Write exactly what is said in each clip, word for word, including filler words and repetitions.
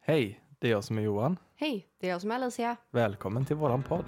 Hej, det är jag som är Johan. Hej, det är jag som är Alicia. Välkommen till våran podd.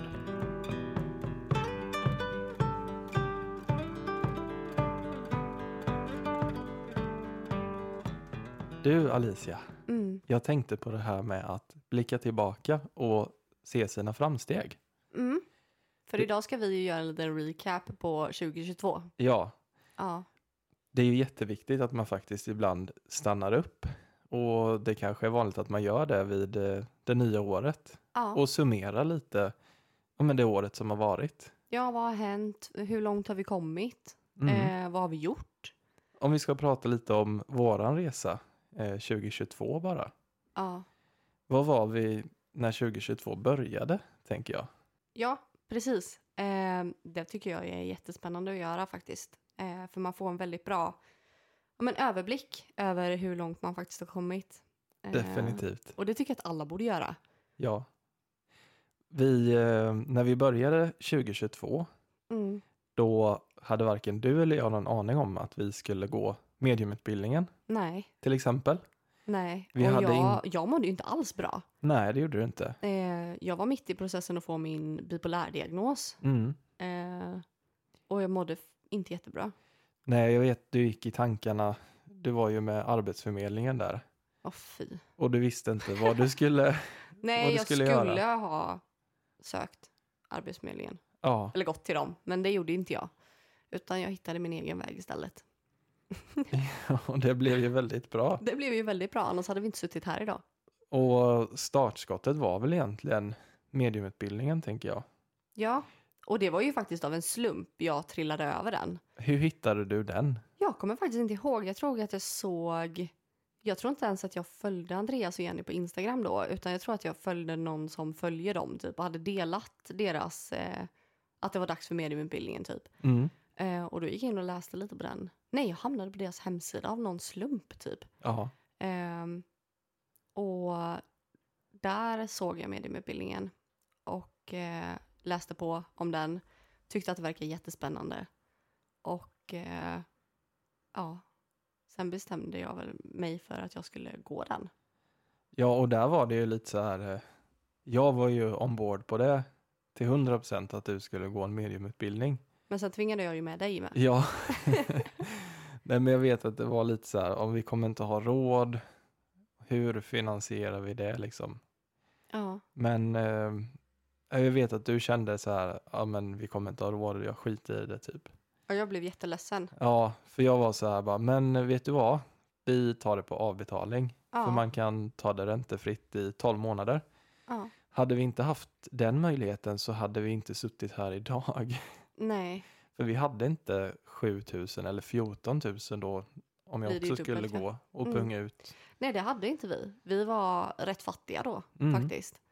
Du Alicia, Mm. jag tänkte på det här med att blicka tillbaka och se sina framsteg. Mm. För Det- idag ska vi ju göra en liten recap på tjugohundratjugotvå. Ja, Ja. det är ju jätteviktigt att man faktiskt ibland stannar upp. Och det kanske är vanligt att man gör det vid eh, det nya året. Ja. Och summerar lite om det året som har varit. ja, vad har hänt? Hur långt har vi kommit? Mm. Eh, vad har vi gjort? Om vi ska prata lite om våran resa eh, tjugohundratjugotvå bara. Ja. Vad var vi när tjugohundratjugotvå började, tänker jag? Ja, precis. Eh, det tycker jag är jättespännande att göra faktiskt. Eh, för man får en väldigt bra ja, men överblick över hur långt man faktiskt har kommit. Eh, Definitivt. Och det tycker jag att alla borde göra. Ja. Vi, eh, när vi började tjugohundratjugotvå, Mm. då hade varken du eller jag någon aning om att vi skulle gå mediumutbildningen, Nej, till exempel. nej. Vi och hade jag, jag mådde ju inte alls bra. Nej, det gjorde du inte. Eh, jag var mitt i processen att få min bipolärdiagnos. Mm. Eh, och jag mådde f- inte jättebra. Nej, jag vet, du gick i tankarna. Du var ju med Arbetsförmedlingen där. Åh fy. Och du visste inte vad du skulle... Nej, Vad du jag skulle skulle, göra. ha sökt Arbetsförmedlingen. Ja, Eller gått till dem. Men det gjorde inte jag. Utan jag hittade min egen väg istället. och det blev ju väldigt bra. Det blev ju väldigt bra. Annars hade vi inte suttit här idag. Och startskottet var väl egentligen mediumutbildningen, tänker jag. Ja. Och det var ju faktiskt av en slump jag trillade över den. Hur hittade du den? Jag kommer faktiskt inte ihåg. Jag tror att jag såg... Jag tror inte ens att jag följde Andreas och Jenny på Instagram då. Utan jag tror att jag följde någon som följer dem typ. Och hade delat deras... Eh, att det var dags för mediumutbildningen typ. Mm. Eh, och då gick jag in och läste lite på den. Nej, jag hamnade på deras hemsida av någon slump typ. Ja. Ehm, och där såg jag mediumutbildningen. Och eh, läste på om den. Tyckte att det verkade jättespännande. Och eh, ja... Sen bestämde jag väl mig för att jag skulle gå den. Ja, och där var det ju lite så här... eh, Jag var ju ombord på det till hundra procent att du skulle gå en mediumutbildning. Men sen tvingade jag ju med dig med. Ja. Nej, men jag vet att det var lite så här, om vi kommer inte ha råd, hur finansierar vi det liksom? Ja. Men eh, jag vet att du kände så här, ja men vi kommer inte ha råd, jag skiter i det typ. Och jag blev jätteledsen. Ja, för jag var så här bara, men vet du vad? Vi tar det på avbetalning. Ja. För man kan ta det räntefritt i tolv månader. Ja. Hade vi inte haft den möjligheten så hade vi inte suttit här idag. Nej. För vi hade inte sju tusen eller fjorton tusen då om jag Blir det ju också skulle dubbelt, ja. gå och Mm. punga ut. Nej, det hade inte vi. Vi var rätt fattiga då, Mm. faktiskt.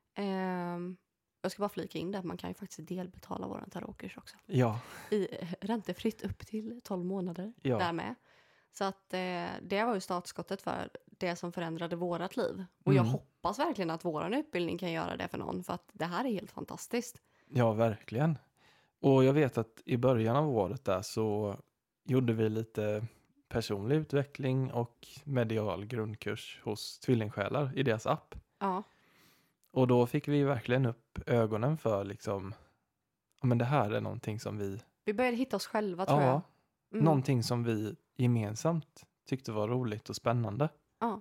Ehm, jag ska bara flika in det att man kan ju faktiskt delbetala våran tarotkurs också. Ja, I, eh, räntefritt upp till tolv månader. Ja. Där med. Så att eh, det var ju startskottet för det som förändrade vårat liv. Och jag Mm. hoppas verkligen att våran utbildning kan göra det för någon. För att det här är helt fantastiskt. ja verkligen. Och jag vet att i början av året där så gjorde vi lite personlig utveckling och medial grundkurs hos Tvillingsjälar i deras app. Ja. Och då fick vi verkligen upp ögonen för liksom, ja men det här är någonting som vi, Vi började hitta oss själva, tror jag. ja, Mm. någonting som vi gemensamt tyckte var roligt och spännande. Ja.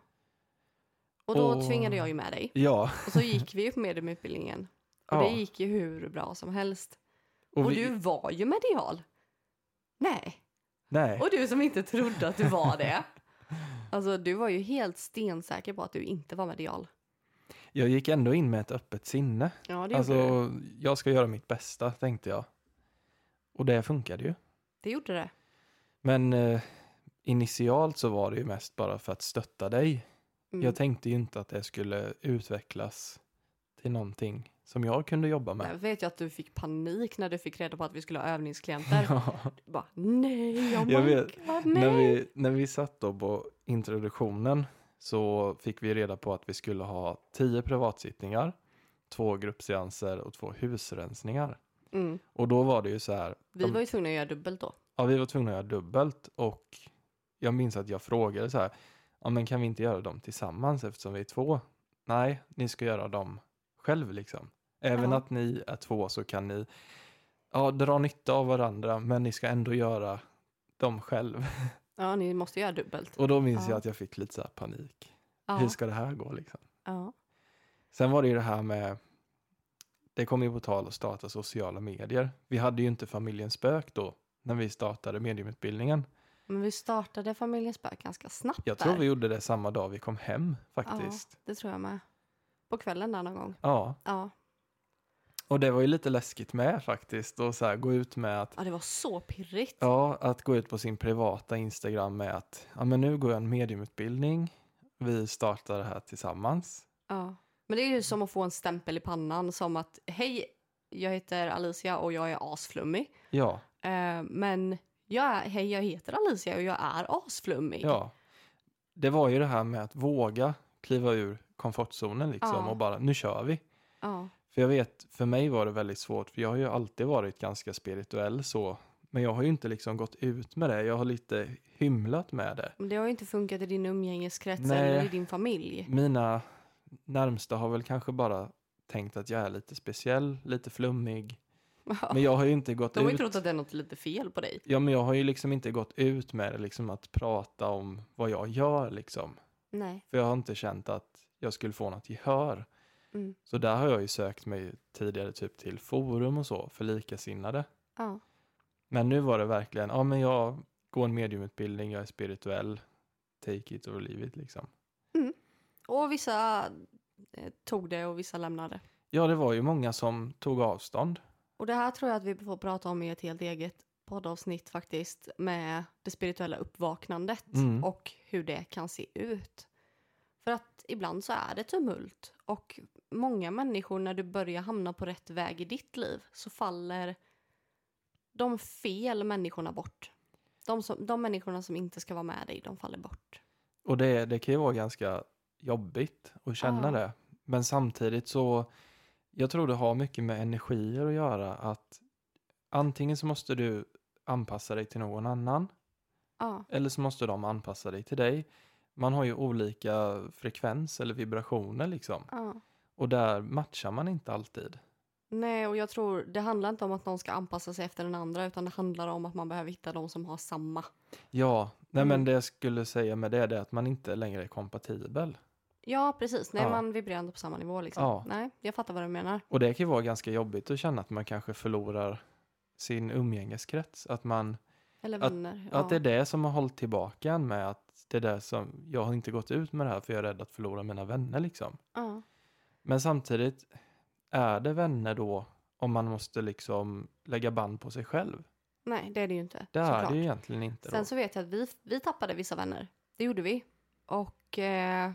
Och då Och- tvingade jag ju med dig. Ja. Och så gick vi ju på mediumutbildningen. Och Ja. det gick ju hur bra som helst. Och, vi, du var ju medial. Nej. Nej, Och du som inte trodde att du var det. Alltså du var ju helt stensäker på att du inte var medial. jag gick ändå in med ett öppet sinne. Ja, det Alltså, gjorde det. jag ska göra mitt bästa, tänkte jag. Och det funkade ju. Det gjorde det. Men eh, initialt så var det ju mest bara för att stötta dig. Mm. Jag tänkte ju inte att det skulle utvecklas till någonting som jag kunde jobba med. Jag vet ju att du fick panik när du fick reda på att vi skulle ha övningsklienter. Ja. Du bara, nej, oh Jag my vet, God, när, nej. vi, när vi satt då på introduktionen så fick vi reda på att vi skulle ha tio privatsittningar, två gruppseanser och två husrensningar. Mm. Och då var det ju så här. Vi de- var ju tvungna att göra dubbelt då. Ja, vi var tvungna att göra dubbelt och jag minns att jag frågade så här, ja men kan vi inte göra dem tillsammans eftersom vi är två? nej, ni ska göra dem själv liksom. Även Ja. att ni är två så kan ni ja, dra nytta av varandra, men ni ska ändå göra dem själv. Ja, ni måste göra dubbelt. Och då minns Ja. jag att jag fick lite så här panik. Ja. Hur ska det här gå liksom? Ja. Sen var det ju det här med, det kom ju på tal att starta sociala medier. Vi hade ju inte familjen Spök då, när vi startade mediumutbildningen. Men vi startade Familjen Spök ganska snabbt Jag där. tror vi gjorde det samma dag vi kom hem faktiskt. Ja, det tror jag med. På kvällen där någon gång. Ja, Ja. och det var ju lite läskigt med faktiskt. Och så här, gå ut med att, Ja, det var så pirrigt. ja, att gå ut på sin privata Instagram med att, ja men nu går jag en mediumutbildning. Vi startar det här tillsammans. Ja. Men det är ju som att få en stämpel i pannan som att hej, jag heter Alicia och jag är asflummig. Ja, Eh, men jag är, hej, jag heter Alicia och jag är asflummig. ja. Det var ju det här med att våga kliva ur komfortzonen liksom Ja. och bara, nu kör vi. Ja. För jag vet, för mig var det väldigt svårt, för jag har ju alltid varit ganska spirituell så. Men jag har ju inte liksom gått ut med det, jag har lite hymlat med det. Men det har ju inte funkat i din umgängeskrets Nej. eller i din familj. Mina närmsta har väl kanske bara tänkt att jag är lite speciell, lite flummig. Ja. Men jag har ju inte gått De har ju ut. trott att det är något lite fel på dig. Ja, men jag har ju liksom inte gått ut med det, liksom att prata om vad jag gör liksom. Nej. För jag har inte känt att jag skulle få något gehör. Mm. Så där har jag ju sökt mig tidigare typ till forum och så för likasinnade. Ja. Men nu var det verkligen, ja men jag går en mediumutbildning, jag är spirituell, take it or leave it liksom. Och vissa eh, tog det och vissa lämnade. Ja, det var ju många som tog avstånd. Och det här tror jag att vi får prata om i ett helt eget poddavsnitt faktiskt. Med det spirituella uppvaknandet. Mm. Och hur det kan se ut. För att ibland så är det tumult. Och många människor när du börjar hamna på rätt väg i ditt liv. Så faller de fel människorna bort. De, som, de människorna som inte ska vara med dig, de faller bort. Och det, det kan ju vara ganska jobbigt att känna Ja. det. Men samtidigt så, jag tror det har mycket med energier att göra. Att antingen så måste du anpassa dig till någon annan. Ja, Eller så måste de anpassa dig till dig. Man har ju olika frekvens eller vibrationer liksom. ja. Och där matchar man inte alltid. Nej, och jag tror det handlar inte om att någon ska anpassa sig efter den andra. Utan det handlar om att man behöver hitta de som har samma. Ja, nej Mm. men det jag skulle säga med det är det att man inte längre är kompatibel. Ja, precis. Nej, Ja. man vibrerar inte på samma nivå liksom. Ja. Nej, jag fattar vad du menar. Och det kan ju vara ganska jobbigt att känna att man kanske förlorar sin umgängeskrets. Att, man, Eller vänner. ja. att det är det som har hållit tillbaka en med att det är det som, jag har inte gått ut med det här för jag är rädd att förlora mina vänner liksom. Ja. Men samtidigt, är det vänner då om man måste liksom lägga band på sig själv? Nej, det är det ju inte. Det är såklart. det ju egentligen inte då. Sen så vet jag att vi, vi tappade vissa vänner. Det gjorde vi. Och eh,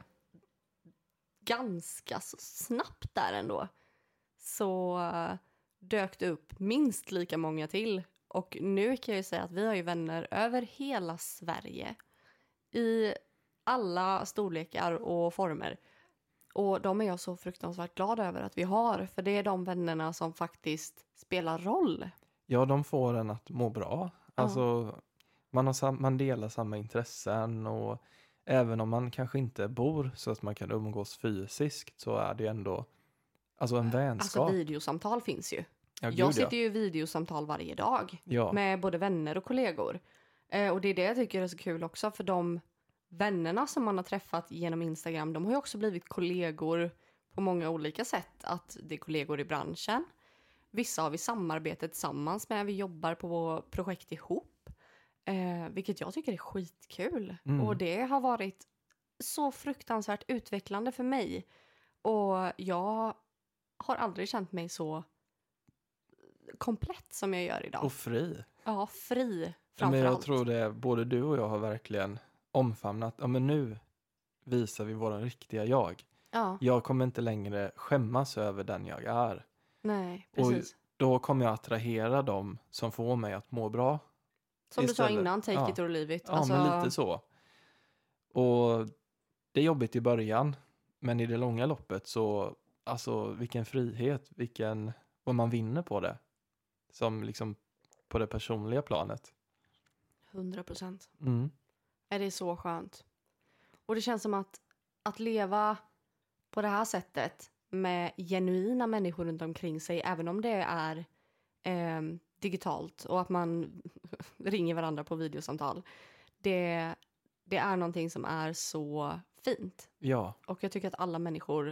ganska så snabbt där ändå så eh, dök det upp minst lika många till. Och nu kan jag ju säga att vi har ju vänner över hela Sverige. I alla storlekar och former. Och de är jag så fruktansvärt glad över att vi har. För det är de vännerna som faktiskt spelar roll. Ja, de får en att må bra. Alltså, man, har sam- man delar samma intressen och även om man kanske inte bor så att man kan umgås fysiskt så är det ändå alltså en vänskap. Alltså videosamtal finns ju. ja, gud, Jag ja. sitter ju i videosamtal varje dag Ja. med både vänner och kollegor. Eh, och det är det jag tycker är så kul också. För de vännerna som man har träffat genom Instagram, de har ju också blivit kollegor på många olika sätt. Att det är kollegor i branschen. Vissa har vi samarbete tillsammans med. Vi jobbar på projekt ihop. Eh, vilket jag tycker är skitkul. Mm. Och det har varit så fruktansvärt utvecklande för mig. Och jag har aldrig känt mig så komplett som jag gör idag. Och fri. Ja, fri Ja, framför men jag allt. tror det, både du och jag har verkligen omfamnat, ja men nu visar vi våra riktiga jag. Ja, Jag kommer inte längre skämmas över den jag är. nej, Och precis. då kommer jag attrahera dem som får mig att må bra. Som du sa istället- innan, take ja. it or leave it. Ja, Alltså, men lite så. Och det är jobbigt i början, men i det långa loppet så, alltså vilken frihet, vilken, vad man vinner på det. Som liksom på det personliga planet. hundra procent. Mm. Är det så skönt. Och det känns som att att leva på det här sättet med genuina människor runt omkring sig, även om det är eh, digitalt och att man ringer varandra på videosamtal. Det, det är någonting som är så fint. Ja, Och jag tycker att alla människor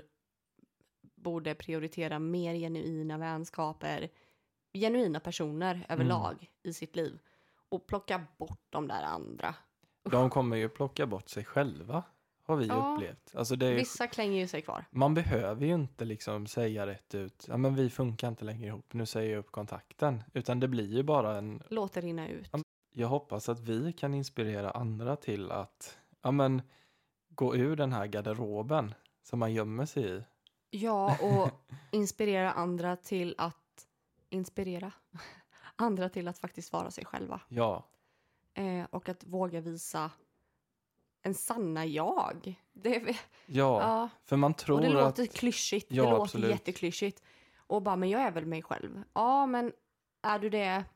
borde prioritera mer genuina vänskaper, genuina personer överlag i sitt liv. Och plocka bort de där andra. de kommer ju plocka bort sig själva, har vi Ja, upplevt. Alltså det är ju, Vissa klänger ju sig kvar. man behöver ju inte liksom säga rätt ut, ja men vi funkar inte längre ihop, nu säger jag upp kontakten. Utan det blir ju bara en, Låt det rinna ut. jag hoppas att vi kan inspirera andra till att, ja men, gå ur den här garderoben som man gömmer sig i. Ja, och inspirera andra till att inspirera andra till att faktiskt vara sig själva. Ja, Eh, och att våga visa en sanna jag. Det, ja, ja. för man tror Och det låter att, klyschigt. Ja, det låter absolut. jätteklyschigt. Och bara, men jag är väl mig själv. Ja, men är du det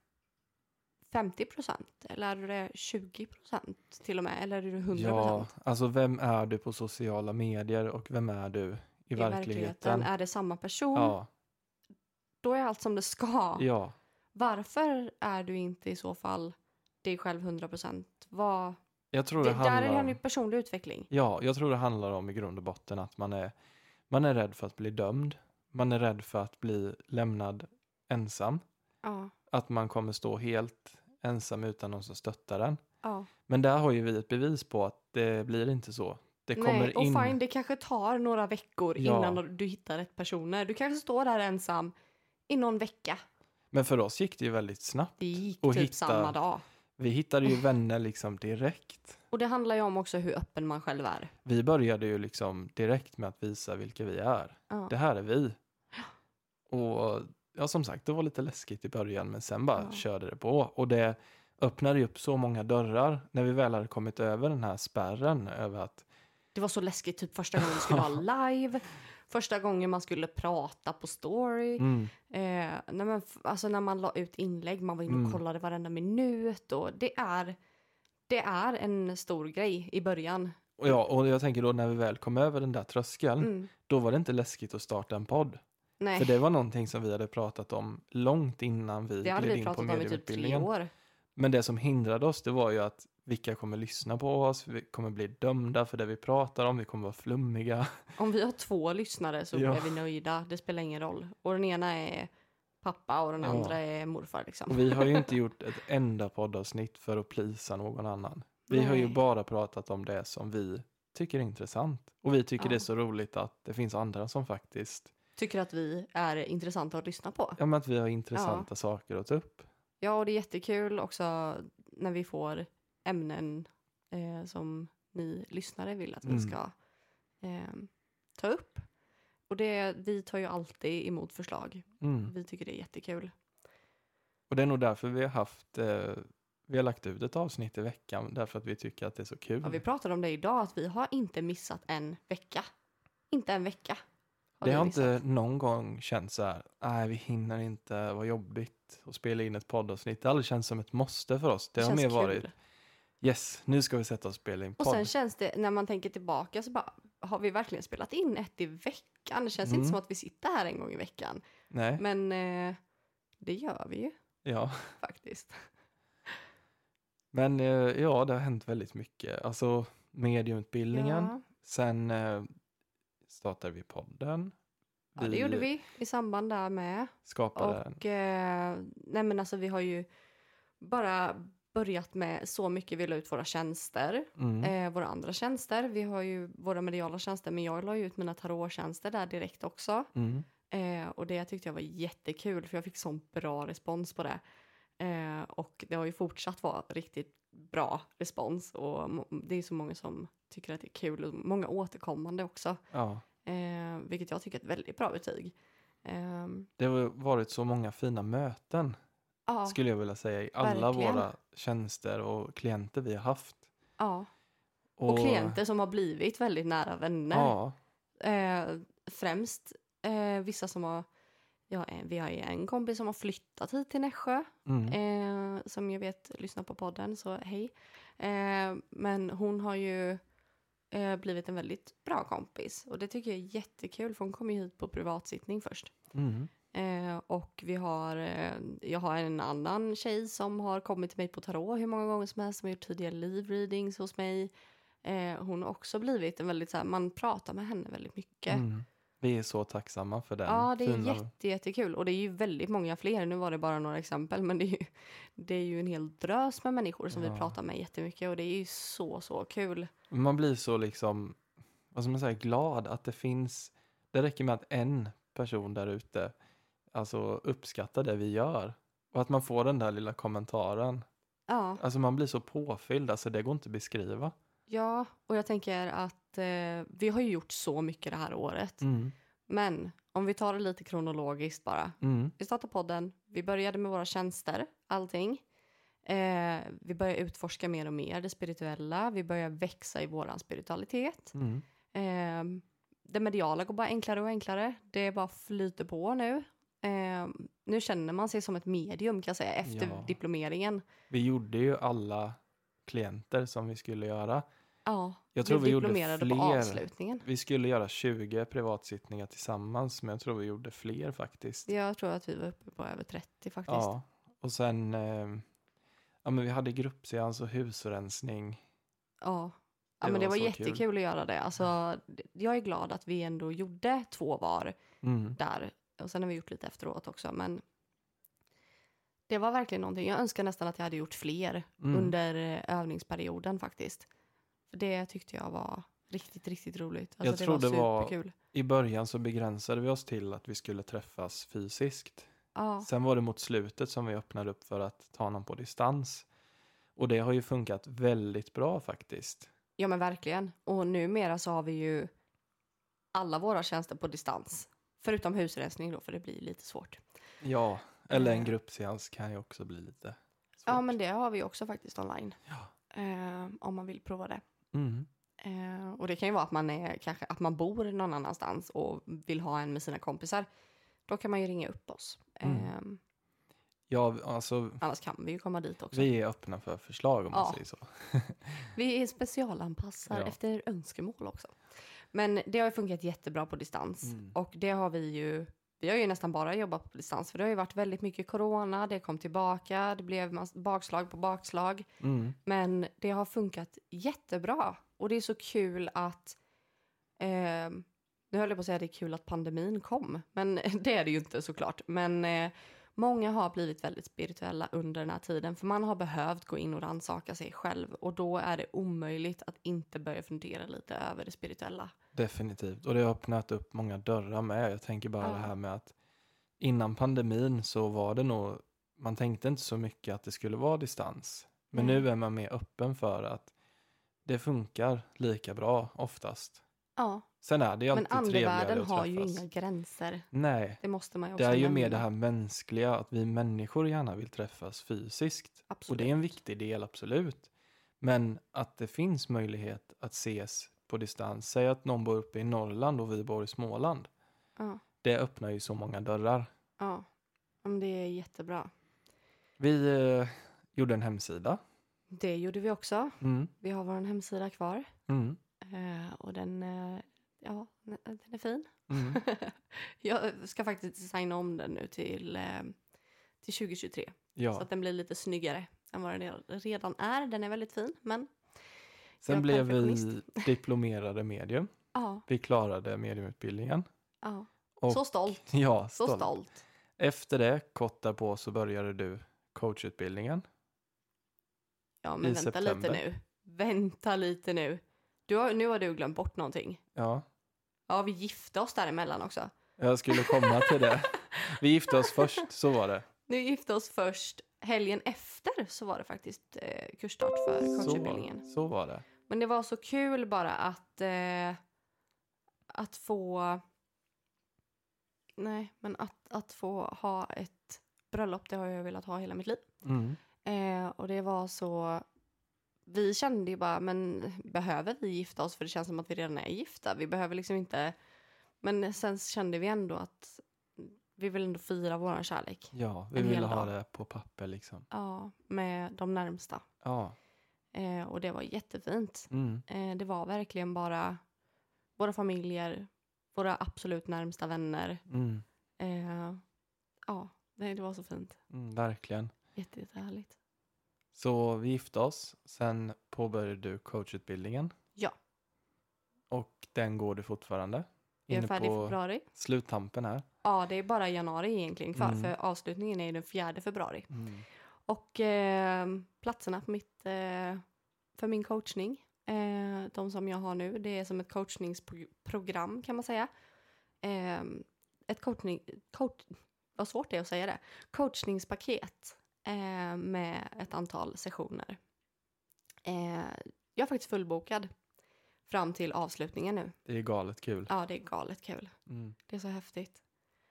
femtio procent? Eller är du det tjugo procent till och med? Eller är du hundra procent? ja, alltså vem är du på sociala medier och vem är du i, I verkligheten? Är det samma person? Ja, Då är allt som det ska. ja, Varför är du inte i så fall dig själv hundra procent? Vad... jag tror Det, det, där är handlar det om, ju personlig utveckling. ja, jag tror det handlar om i grund och botten att man är, man är rädd för att bli dömd. Man är rädd för att bli lämnad ensam. Ja, Att man kommer stå helt ensam utan någon som stöttar den. ja. Men där har ju vi ett bevis på att det blir inte så. Det kommer Nej, och in... fine, det kanske tar några veckor Ja. innan du hittar rätt personer. Du kanske står där ensam i någon vecka. Men för oss gick det ju väldigt snabbt. Det gick Och typ hitta- samma dag. Vi hittade ju vänner liksom direkt. Och det handlar ju om också hur öppen man själv är. Vi började ju liksom direkt med att visa vilka vi är. Ja. Det här är vi. Och ja, som sagt, det var lite läskigt i början, men sen bara Ja. körde det på. Och det öppnade ju upp så många dörrar när vi väl hade kommit över den här spärren över att Det var så läskigt typ första gången vi skulle ha live. Första gången man skulle prata på story. mm, Eh, när, man, f- alltså när man la ut inlägg, man var inne och Mm. kollade varenda minut. Och det, är, det är en stor grej i början. och, ja, och jag tänker då när vi väl kom över den där tröskeln, Mm. då var det inte läskigt att starta en podd. Nej, För det var någonting som vi hade pratat om långt innan vi det hade gled vi in på pratat om i typ tre medieutbildningen. år. Men det som hindrade oss, det var ju att vilka kommer lyssna på oss, vi kommer bli dömda för det vi pratar om, vi kommer vara flummiga. Om vi har två lyssnare så Ja. är vi nöjda. Det spelar ingen roll. Och den ena är pappa och den Ja. andra är morfar liksom. Och vi har ju inte gjort ett enda poddavsnitt för att plisa någon annan. Vi har ju Nej. bara pratat om det som vi tycker är intressant. Och vi tycker Ja. det är så roligt att det finns andra som faktiskt, Tycker att vi är intressanta att lyssna på. ja men att vi har intressanta saker att ta upp. Ja, och det är jättekul också när vi får ämnen eh, som ni lyssnare vill att vi Mm. ska eh, ta upp. Och det, vi tar ju alltid emot förslag. Mm. Vi tycker det är jättekul. Och det är nog därför vi har haft, eh, vi har lagt ut ett avsnitt i veckan, därför att vi tycker att det är så kul. Ja, vi pratade om det idag, att vi har inte missat en vecka. Inte en vecka. Det vi har missat. inte någon gång känts så här, nej vi hinner inte, vad jobbigt att spela in ett poddavsnitt. Det har aldrig känts som ett måste för oss. Det, Det har känns mer kul. varit, yes, nu ska vi sätta oss och spela in Och podd. sen känns det, när man tänker tillbaka så bara, har vi verkligen spelat in ett i veckan? Det känns Mm. inte som att vi sitter här en gång i veckan. Nej, Men eh, det gör vi ju ja. faktiskt. Men eh, ja, det har hänt väldigt mycket. Alltså medieutbildningen, Ja. sen eh, startade vi podden. Ja, det gjorde vi i samband där med. Skapade en. Och eh, nej men alltså vi har ju bara börjat med så mycket. Vi la ut våra tjänster, Mm. eh, våra andra tjänster. Vi har ju våra mediala tjänster, men jag la ju ut mina tarottjänster där direkt också. Mm. Eh, och det tyckte jag var jättekul, för jag fick sån bra respons på det. Eh, och det har ju fortsatt vara riktigt bra respons. Och må- det är så många som tycker att det är kul. Och många återkommande också. Ja, Eh, vilket jag tycker är ett väldigt bra betyg. Ehm, det har varit så många fina möten, ja, skulle jag vilja säga, i alla verkligen. våra tjänster och klienter vi har haft. ja. Och, klienter som har blivit väldigt nära vänner. Ja, Eh, främst eh, vissa som har... Ja, eh, vi har ju en kompis som har flyttat hit till Nässjö. mm. Eh, som jag vet lyssnar på podden, så hej. Eh, men hon har ju eh, blivit en väldigt bra kompis. Och det tycker jag är jättekul, för hon kom ju hit på privatsittning först. Mm. Eh, och vi har, eh, jag har en annan tjej som har kommit till mig på tarot hur många gånger som helst, som har gjort tidigare live readings hos mig. Eh, hon har också blivit en väldigt så här, man pratar med henne väldigt mycket. Mm. Vi är så tacksamma för den. Ja, det är fina... jätte, jättekul. Och det är ju väldigt många fler. Nu var det bara några exempel. Men det är ju, det är ju en hel drös med människor som Ja. vi pratar med jättemycket. Och det är ju så, så kul. Man blir så liksom, vad ska man säga, glad att det finns, det räcker med att en person där ute alltså uppskattar det vi gör. Och att man får den där lilla kommentaren. Ja, Alltså man blir så påfylld, alltså det går inte att beskriva. ja. Och jag tänker att eh, vi har ju gjort så mycket det här året. Mm. Men om vi tar det lite kronologiskt bara. Mm. Vi startade podden. Vi började med våra tjänster. Allting. Eh, vi började utforska mer och mer det spirituella. Vi började växa i våran spiritualitet. Mm. Eh, det mediala går bara enklare och enklare. Det bara flyter på nu. Eh, nu känner man sig som ett medium kan jag säga efter Ja. diplomeringen. Vi gjorde ju alla klienter som vi skulle göra. Ja, Jag tror vi gjorde diplomerade på fler. avslutningen. Vi skulle göra tjugo privatsittningar tillsammans, men jag tror vi gjorde fler faktiskt. Jag tror att vi var uppe på över trettio faktiskt. Ja, och sen eh, ja, men vi hade gruppseans och husrensning. Ja, ja Det men det var var så jättekul att göra det. Alltså, jag är glad att vi ändå gjorde två var Mm. där. Och sen har vi gjort lite efteråt också. Men det var verkligen någonting. Jag önskar nästan att jag hade gjort fler Mm. under eh, övningsperioden faktiskt. För det tyckte jag var riktigt, riktigt roligt. Alltså, Jag det tror var det var- superkul. I början så begränsade vi oss till att vi skulle träffas fysiskt. Ja, Sen var det mot slutet som vi öppnade upp för att ta någon på distans. Och det har ju funkat väldigt bra faktiskt. ja, men verkligen. Och numera så har vi ju alla våra tjänster på distans. Förutom husrensning då, för det blir lite svårt. Ja, eller en Eh. gruppseans kan ju också bli lite svårt. Ja, men det har vi också faktiskt online. Ja. Eh, om man vill prova det. Mm. Eh, och det kan ju vara att man är kanske att man bor någon annanstans och vill ha en med sina kompisar. Då kan man ju ringa upp oss. Mm. Eh, Ja, alltså annars kan vi ju komma dit också. vi är öppna för förslag om man Ja. säger så. Vi är specialanpassar Ja. efter önskemål också. Men det har ju funkat jättebra på distans. Mm. Och det har vi ju, vi har ju nästan bara jobbat på distans. För det har ju varit väldigt mycket corona, det kom tillbaka, det blev mass- bakslag på bakslag. Mm. Men det har funkat jättebra. Och det är så kul att, eh, nu höll jag på att säga att det är kul att pandemin kom. Men det är det ju inte såklart. Men eh, många har blivit väldigt spirituella under den här tiden. För man har behövt gå in och rannsaka sig själv. Och då är det omöjligt att inte börja fundera lite över det spirituella. Definitivt. Och det har öppnat upp många dörrar med. Jag tänker bara Ja. det här med att innan pandemin så var det nog, man tänkte inte så mycket att det skulle vara distans. Men Nej. nu är man mer öppen för att det funkar lika bra oftast. Ja, Sen är det ju men alltid trevligare andevärlden att har ju träffas. inga gränser. Nej, Det måste man ju också det är ju nämna. mer det här mänskliga, att vi människor gärna vill träffas fysiskt. Absolut. Och det är en viktig del, absolut. Men att det finns möjlighet att ses på distans. Säg att någon bor uppe i Norrland och vi bor i Småland. Ja, Det öppnar ju så många dörrar. ja. Men det är jättebra. Vi eh, gjorde en hemsida. Det gjorde vi också. Mm. Vi har vår hemsida kvar. Mm. Eh, och den, eh, ja, den är fin. Mm. Jag ska faktiskt designa om den nu till, eh, till tjugo tjugotre. Så Ja. att den blir lite snyggare än vad den redan är. Den är väldigt fin, men Sen jag är blev vi perfektionist. diplomerade medium. ja, Vi klarade mediumutbildningen. ja. Och, Så stolt. ja, Så stolt. stolt. Efter det, kort därpå, så började du coachutbildningen. Ja, men I vänta september. lite nu. Vänta lite nu. Du har, nu har du glömt bort någonting. Ja, Ja, vi gifte oss däremellan också. jag skulle komma till det. Vi gifte oss först, så var det. Nu gifte oss först. Helgen efter så var det faktiskt eh, kursstart för Så, coachutbildningen. så var det. Men det var så kul bara att, eh, att få... Nej, men att, att få ha ett bröllop, det har jag velat ha hela mitt liv. Mm. Eh, och det var så... Vi kände ju bara, men behöver vi gifta oss? För det känns som att vi redan är gifta. Vi behöver liksom inte... Men sen kände vi ändå att vi vill ändå fira vår kärlek. Ja, vi En hel ville ha dag. det på papper liksom. Ja, med de närmsta. Ja, Eh, och det var jättefint. Mm. Eh, det var verkligen bara våra familjer, våra absolut närmsta vänner. Mm. Eh, ja, nej, det var så fint. Mm, verkligen. Jätte, jättehärligt. Så vi gifte oss. Sen påbörjade du coachutbildningen. Ja. Och den går du fortfarande. Jag är Inne färdig i på februari. sluttampen här. Ja, det är bara januari egentligen kvar. Mm. För avslutningen är ju den fjärde februari. Mm. Och eh, platserna på mitt, eh, för min coachning, eh, de som jag har nu, det är som ett coachningsprogram kan man säga. Eh, ett coachning, coach, vad svårt det är att säga det, coachningspaket eh, med ett antal sessioner. Eh, jag är faktiskt fullbokad fram till avslutningen nu. Det är galet kul. Ja, det är galet kul. Mm. Det är så häftigt.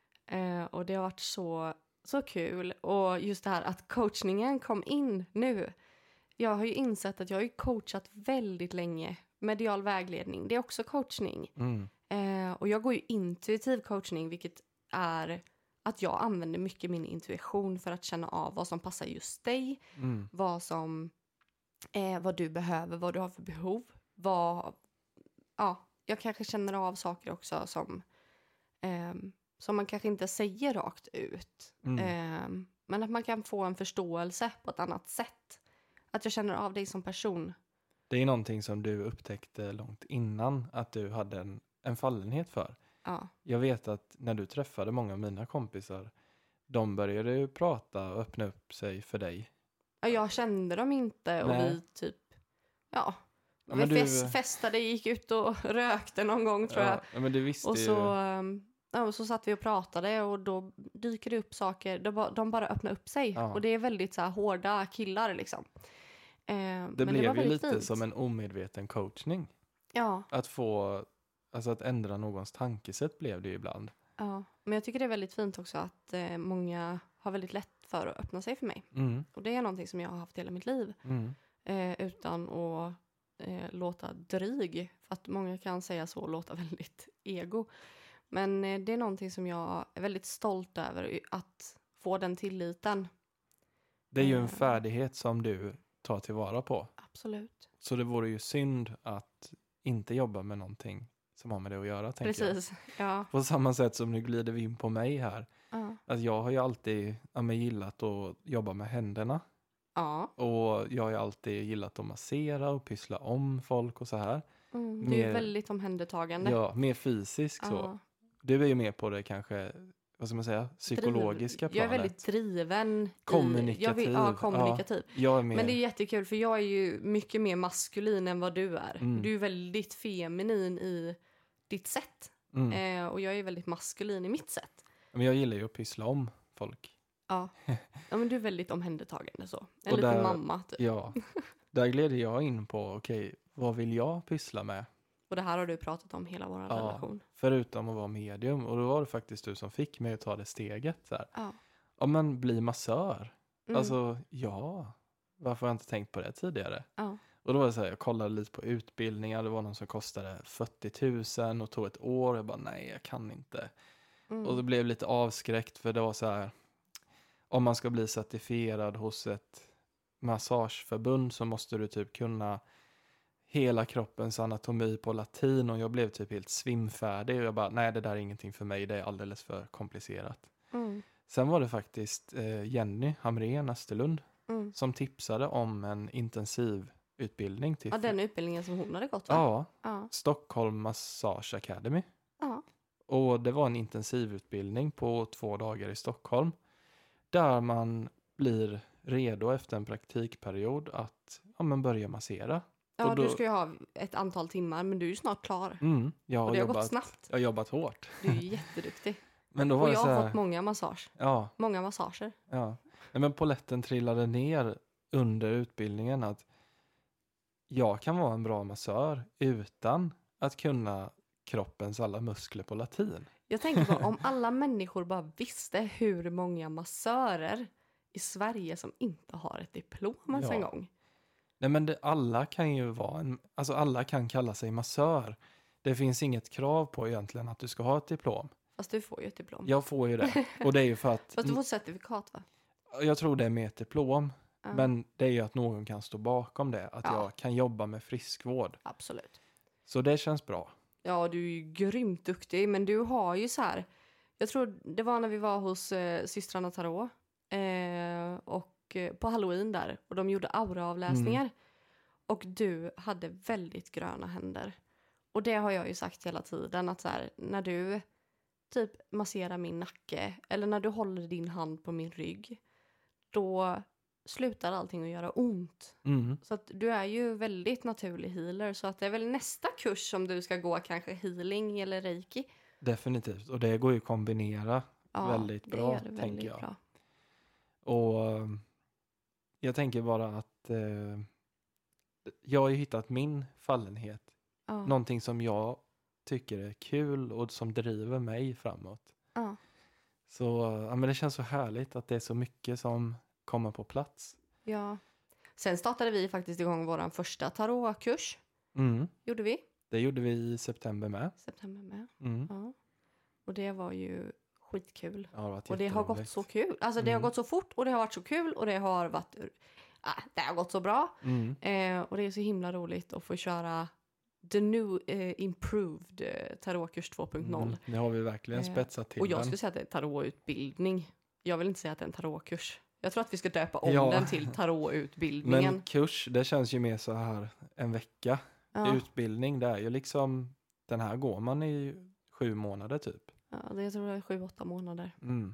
Eh, och det har varit så, så kul. Och just det här att coachningen kom in nu. Jag har ju insett att jag har ju coachat väldigt länge. Medial vägledning, det är också coachning. Mm. Eh, och jag går ju intuitiv coachning, vilket är att jag använder mycket min intuition för att känna av vad som passar just dig. Mm. Vad som, eh, vad du behöver, vad du har för behov. Vad, ja, jag kanske känner av saker också som, eh, som man kanske inte säger rakt ut. Mm. Eh, men att man kan få en förståelse på ett annat sätt. Att jag känner av dig som person. Det är någonting som du upptäckte långt innan att du hade en, en fallenhet för. Ja, Jag vet att när du träffade många av mina kompisar, de började ju prata och öppna upp sig för dig. Ja, jag kände dem inte och Nej. vi typ, ja, Ja, vi men du- fest, festade, gick ut och rökte någon gång tror jag. Ja, ja, men du visste Och ju. så, ehm, ja, och så satt vi och pratade och då dyker det upp saker, de, ba- de bara öppnar upp sig. Ja. Och det är väldigt så här hårda killar liksom. Eh, men Det blev var ju väldigt lite fint. som en omedveten coachning. Ja, Att få, alltså att ändra någons tankesätt blev det ju ibland. ja, men jag tycker det är väldigt fint också att eh, många har väldigt lätt för att öppna sig för mig. Mm. Och det är någonting som jag har haft hela mitt liv. Mm. Eh, utan att eh, låta dryg. För att många kan säga så och låta väldigt ego. Men eh, det är någonting som jag är väldigt stolt över. Att få den tilliten. Det är ju en Eh. färdighet som du tar tillvara på. Absolut. Så det vore ju synd att inte jobba med någonting som har med det att göra, tänker jag. Precis. Ja. På samma sätt som nu glider vi in på mig här. Ja. Att jag har ju alltid ja, men gillat att jobba med händerna. Ja. Och jag har ju alltid gillat att massera och pyssla om folk och så här. Mm, du Mer- är väldigt omhändertagande. Ja, mer fysiskt så. Ja. Du är ju mer på det kanske, vad ska man säga, psykologiska Driv- Jag är planet. väldigt driven. i- Kommunikativ. Jag vill, ja, kommunikativ. Jag är mer, Men det är jättekul för jag är ju mycket mer maskulin än vad du är. Mm. Du är väldigt feminin i ditt sätt. mm. Eh, och jag är väldigt maskulin i mitt sätt. Men jag gillar ju att pyssla om folk. Ja, ja men du är väldigt omhändertagande så. En Och liten där- mamma typ. Ja, där gled jag in på, okej, vad vill jag pyssla med? Och det här har du pratat om hela vår Ja. relation. Förutom att vara medium. Och då var det faktiskt du som fick mig att ta det steget. Så här. Ja. Ja, men bli massör. Mm. Alltså, ja. Varför har jag inte tänkt på det tidigare? Ja. Och då var det så här, jag kollade lite på utbildningar. Det var någon som kostade fyrtio tusen och tog ett år. Jag bara, nej, jag kan inte. Mm. Och det blev lite avskräckt för det var så här, om man ska bli certifierad hos ett massageförbund så måste du typ kunna hela kroppens anatomi på latin och jag blev typ helt svimfärdig och jag bara, nej det där är ingenting för mig, det är alldeles för komplicerat. Mm. Sen var det faktiskt eh, Jenny Hamrén Österlund Mm. som tipsade om en intensiv utbildning till Ja, den utbildningen som hon hade gått va? ja, Ja. Stockholm Massage Academy. Ja. Och det var en intensivutbildning på två dagar i Stockholm. Där man blir redo efter en praktikperiod att ja, men börja massera. Ja, Och då- du ska ju ha ett antal timmar men du är ju snart klar. Mm, jag, har Och det har gått jobbat, snabbt. jag har jobbat hårt. Du är ju jätteduktig. Men då var Och det jag så har här, fått många massage. ja, Många massager. ja. Nej, men polletten trillade ner under utbildningen att jag kan vara en bra massör utan att kunna kroppens alla muskler på latin. Jag tänker på om alla människor bara visste hur många massörer i Sverige som inte har ett diplom ens Ja. en gång. Nej men det, alla kan ju vara en, alltså alla kan kalla sig massör. Det finns inget krav på egentligen att du ska ha ett diplom. Fast du får ju ett diplom. Jag får ju det. Och det är ju för att, Fast du får ett certifikat va? jag tror det är med ett diplom. Ja. Men det är ju att någon kan stå bakom det. Att Ja. jag kan jobba med friskvård. Absolut. Så det känns bra. Ja, du är ju grymt duktig, men du har ju så här, jag tror det var när vi var hos eh, systrarna Tarot eh, och eh, på Halloween där, och de gjorde auraavläsningar. Mm. Och du hade väldigt gröna händer. Och det har jag ju sagt hela tiden, att så här, när du typ masserar min nacke eller när du håller din hand på min rygg, då slutar allting att göra ont. Mm. Så att du är ju väldigt naturlig healer, så att det är väl nästa kurs som du ska gå, kanske healing eller reiki. Definitivt. Och det går ju att kombinera Ja, väldigt det bra, gör det väldigt tänker jag. bra. Och eh, jag tänker bara att eh, jag har ju hittat min fallenhet. Ja. Någonting som jag tycker är kul och som driver mig framåt. Ja. Så ja, men det känns så härligt att det är så mycket som kommer på plats. Ja. Sen startade vi faktiskt igång vår första tarotkurs. Mm. Gjorde vi. Det gjorde vi i september med. September med. Mm. Ja. Och det var ju skitkul. Ja, det har varit Och det har gått jätteroligt. så kul. Alltså det har Mm. gått så fort och det har varit så kul och det har varit... Ah, det har gått så bra. Mm. Eh, och det är så himla roligt att få köra the new eh, improved eh, tarotkurs två punkt noll. Mm. Det har vi verkligen Eh, spetsat till Och jag den. skulle säga att det är tarotutbildning. Jag vill inte säga att det är en tarotkurs. Jag tror att vi ska döpa om Ja. den till tarotutbildningen. Men kurs, det känns ju mer så här en vecka. Ja, Utbildning, det är ju liksom, den här går man i sju månader typ. ja, det jag tror jag är sju, åtta månader. Mm.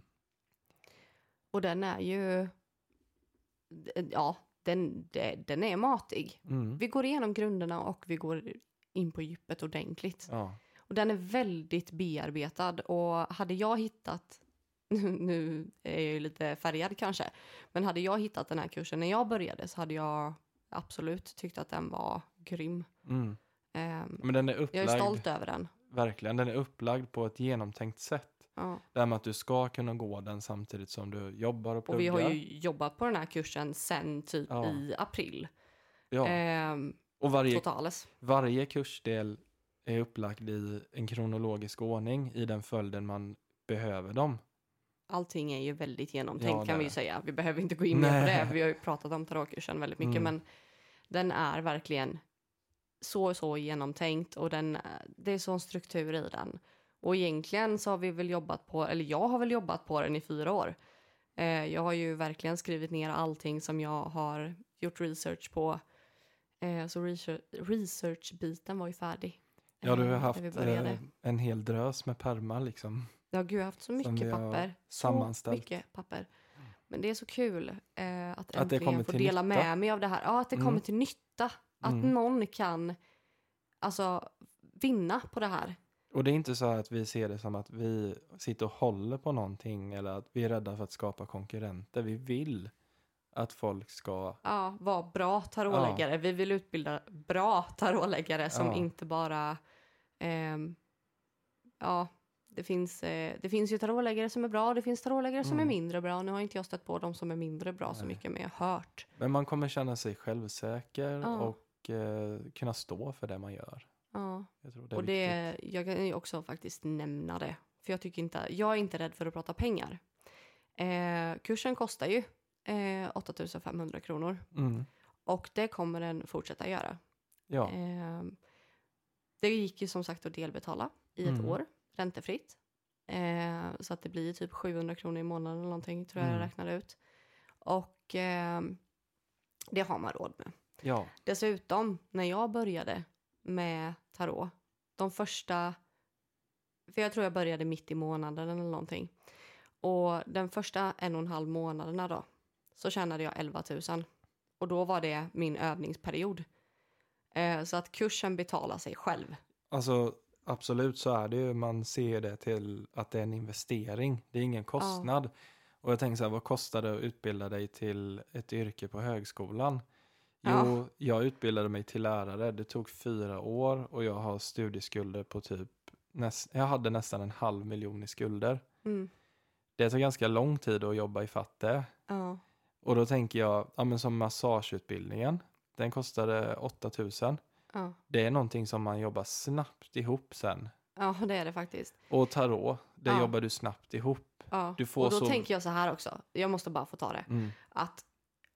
Och den är ju... Ja, den, det- den är matig. Mm. Vi går igenom grunderna och vi går in på djupet ordentligt. Ja. Och den är väldigt bearbetad. Och hade jag hittat... Nu är jag ju lite färgad kanske. Men hade jag hittat den här kursen när jag började så hade jag absolut tyckt att den var grym. Mm. Ehm, Men den är jag upplagd, är stolt över den. verkligen, den är upplagd på ett genomtänkt sätt. Ja. Det här med att du ska kunna gå den samtidigt som du jobbar och pluggar. Och vi har ju jobbat på den här kursen sen typ Ja. i april. Ja. Ehm, Och varje, totales. varje kursdel är upplagd i en kronologisk ordning i den följden man behöver dem. Allting är ju väldigt genomtänkt Ja, det kan är vi ju det. säga. Vi behöver inte gå in mer på Nej. det. Vi har ju pratat om tarotkursen väldigt mycket. Mm. Men den är verkligen så så genomtänkt. Och den, det är sån struktur i den. Och egentligen så har vi väl jobbat på, eller jag har väl jobbat på den i fyra år. Eh, jag har ju verkligen skrivit ner allting som jag har gjort research på. Eh, så research, researchbiten var ju färdig. Ja, du har eh, haft när vi började. eh, en hel drös med pärmar liksom. Ja, gud, jag har haft så som mycket vi har papper. Så sammanställt. mycket papper. Men det är så kul eh, att Att det äntligen kommer få till dela nytta. med mig av det här. Ja, att det Mm. kommer till nytta. Att Mm. någon kan alltså vinna på det här. Och det är inte så att vi ser det som att vi sitter och håller på någonting eller att vi är rädda för att skapa konkurrenter. Vi vill att folk ska... Ja, vara bra tarotläggare. Vi vill utbilda bra tarotläggare som Ja. inte bara... ehm, ja, det finns, eh, det finns ju tarotläggare som är bra och det finns tarotläggare som är Mm. mindre bra. Nu har inte jag stött på de som är mindre bra så Nej. mycket, men jag har hört. Men man kommer känna sig självsäker Ja. och eh, kunna stå för det man gör. Ja. Jag tror det är Och viktigt. det, jag kan ju också faktiskt nämna det. För jag tycker inte, jag är inte rädd för att prata pengar. Eh, kursen kostar ju eh, åtta tusen femhundra kronor. Mm. Och det kommer den fortsätta göra. Ja. Eh, det gick ju som sagt att delbetala i ett Mm. år, räntefritt. Eh, så att det blir typ sjuhundra kronor i månaden eller någonting, tror jag Mm. jag räknade ut. Och eh, det har man råd med. ja. Dessutom, när jag började med tarot, de första, för jag tror jag började mitt i månaden eller någonting. Och den första en och en halv månaderna då, så tjänade jag elva tusen. Och då var det min övningsperiod. Eh, så att kursen betalar sig själv. Alltså absolut så är det ju. Man ser det till att det är en investering. Det är ingen kostnad. Och jag tänker så här, vad kostar det att utbilda dig till ett yrke på högskolan? Jo, Ja. jag utbildade mig till lärare. Det tog fyra år och jag har studieskulder på typ, näst, jag hade nästan en halv miljon i skulder. Mm. Det tar ganska lång tid att jobba i fatt det. Ja. Och då tänker jag, ja men som massageutbildningen, den kostade åtta tusen. Ja. Det är någonting som man jobbar snabbt ihop sen. Ja, det är det faktiskt. Och tarot, det Ja. jobbar du snabbt ihop. Ja. Du får Och då så- tänker jag så här också, jag måste bara få ta det. Mm. Att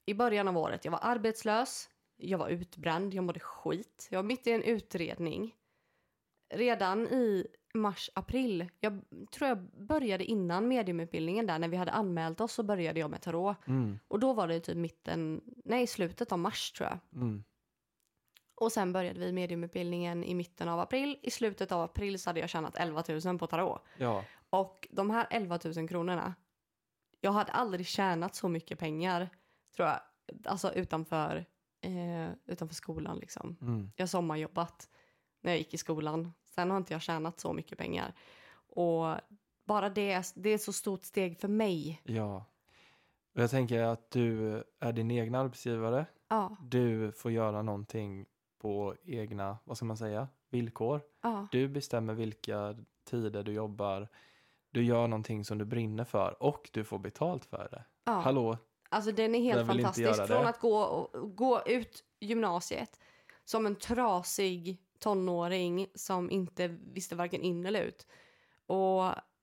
i början av året, jag var arbetslös, jag var utbränd, jag mådde skit. Jag var mitt i en utredning. Redan i mars, april, jag tror jag började innan mediumutbildningen där, när vi hade anmält oss så började jag med tarot. Mm. Och då var det typ mitten, nej slutet av mars tror jag. Mm. Och sen började vi mediumutbildningen i mitten av april. I slutet av april så hade jag tjänat elva tusen på tarot. Ja. Och de här elva tusen kronorna, jag hade aldrig tjänat så mycket pengar, tror jag. Alltså utanför, eh, utanför skolan liksom. Mm. Jag har sommarjobbat när jag gick i skolan. Sen har inte jag tjänat så mycket pengar. Och bara det, det är ett så stort steg för mig. Ja. Och jag tänker att du är din egen arbetsgivare. Ja, Du får göra någonting på egna, vad ska man säga, villkor. ja, Du bestämmer vilka tider du jobbar. Du gör någonting som du brinner för och du får betalt för det. ja. Hallå? Alltså den är helt Jag vill inte fantastisk. göra Från det. att gå, och, gå ut gymnasiet som en trasig tonåring som inte visste varken in eller ut. Och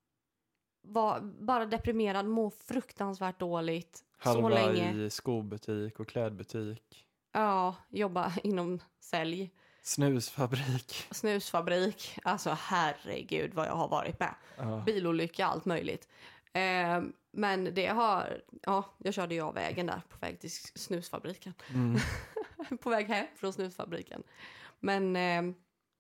var bara deprimerad, må fruktansvärt dåligt. Så Halva länge. i skobutik och klädbutik. Ja, jobba inom sälj. Snusfabrik. Snusfabrik. Alltså herregud vad jag har varit med. Ja. Bilolycka, allt möjligt. Eh, men det har, ja, jag körde ju av vägen där på väg till snusfabriken. Mm. På väg hem från snusfabriken. Men eh,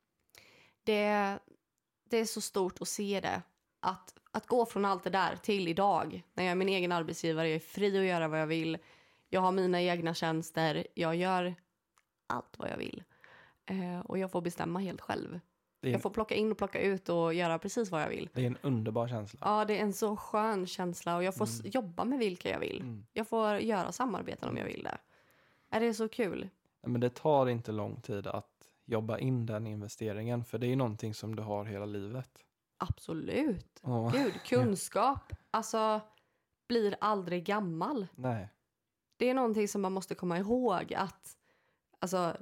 det, det är så stort att se det. Att, att gå från allt det där till idag. När jag är min egen arbetsgivare, jag är fri att göra vad jag vill. Jag har mina egna tjänster. Jag gör allt vad jag vill. Eh, och jag får bestämma helt själv. Det är, Jag får plocka in och plocka ut och göra precis vad jag vill. det är en underbar känsla. Ja, det är en så skön känsla. Och jag får Mm. s- jobba med vilka jag vill. Mm. Jag får göra samarbeten om jag vill det. Är det så kul? Men det tar inte lång tid att jobba in den investeringen. För det är ju någonting som du har hela livet. Absolut. Åh, Gud, kunskap. Alltså, blir aldrig gammal. nej. Det är någonting som man måste komma ihåg att, alltså,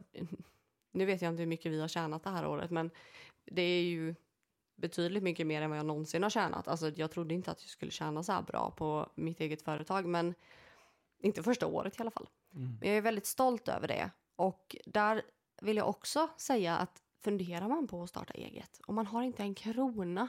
nu vet jag inte hur mycket vi har tjänat det här året, men det är ju betydligt mycket mer än vad jag någonsin har tjänat. Alltså, jag trodde inte att jag skulle tjäna så här bra på mitt eget företag, men inte första året i alla fall. Mm. Men jag är väldigt stolt över det. Och där vill jag också säga att funderar man på att starta eget, och man har inte en krona,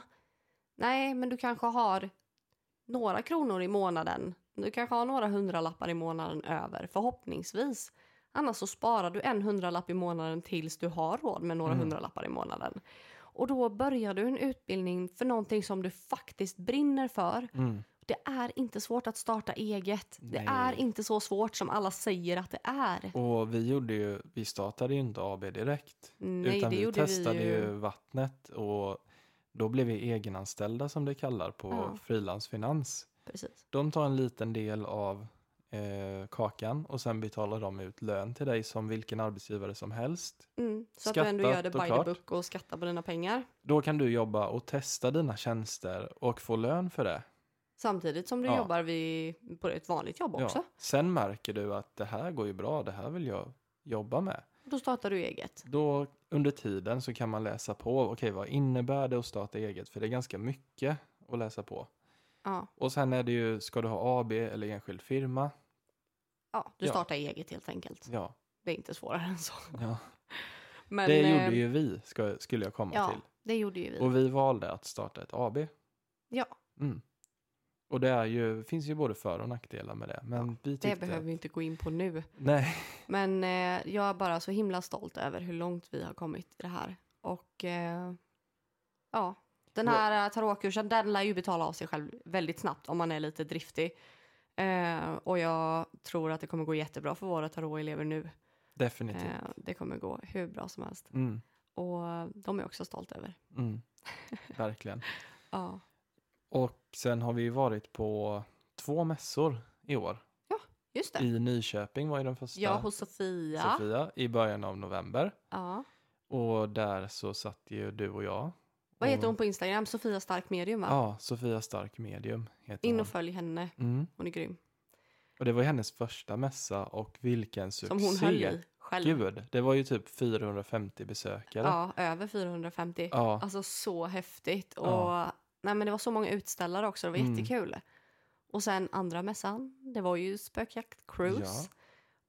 nej, men du kanske har några kronor i månaden. Du kanske har några hundralappar i månaden över, förhoppningsvis. Annars så sparar du en hundralapp i månaden tills du har råd med några Mm. hundralappar i månaden. Och då börjar du en utbildning för någonting som du faktiskt brinner för. Mm. Det är inte svårt att starta eget. Det Nej. är inte så svårt som alla säger att det är. Och vi gjorde ju, vi startade ju inte A B direkt. Nej, utan det vi gjorde testade vi ju. ju. vattnet och då blev vi egenanställda som det kallar på Ja. frilansfinans. Precis. De tar en liten del av eh, kakan och sen betalar de ut lön till dig som vilken arbetsgivare som helst. Mm, så att du ändå gör det Skattat och by klart. the book och skattar på dina pengar. Då kan du jobba och testa dina tjänster och få lön för det. Samtidigt som du Ja. jobbar vid, på ett vanligt jobb också. Ja. Sen märker du att det här går ju bra, det här vill jag jobba med. Då startar du eget. Då under tiden så kan man läsa på, okej, vad innebär det att starta eget? För det är ganska mycket att läsa på. Ja, Och sen är det ju, ska du ha A B eller enskild firma? ja du Ja. startar eget helt enkelt. Ja, Det är inte svårare än så. ja. Men, det eh, gjorde ju vi, ska, skulle jag komma Ja, till. det gjorde ju vi. Och vi valde att starta ett A B. Ja, Mm. Och det är ju, finns ju både för- och nackdelar med det. Men vi tyckte... det behöver vi inte gå in på nu. Nej. Men eh, jag är bara så himla stolt över hur långt vi har kommit i det här. Och eh, ja, den här tarotkursen, den lär ju betala av sig själv väldigt snabbt om man är lite driftig. Eh, och jag tror att det kommer gå jättebra för våra tarotelever nu. Definitivt. Eh, det kommer gå hur bra som helst. Mm. Och de är också stolta över. Mm. Verkligen. Ja, Och sen har vi ju varit på två mässor i år. just det. I Nyköping var ju den första. Jag hos Sofia. Sofia i början av november. Ja. Och där så satt ju du och jag. Vad och, heter hon på Instagram? Sofia Stark Medium, va? Ja, Sofia Stark Medium heter In hon. och följ henne. Mm. Hon är grym. Och det var hennes första mässa och vilken succé. Som hon höll i själv. Gud, det var ju typ fyrahundrafemtio besökare. Ja, över fyrahundrafemtio. Ja. Alltså så häftigt. Och Ja. nej, men det var så många utställare också. Det var Mm. jättekul. Och sen andra mässan, det var ju Spökjakt Cruise.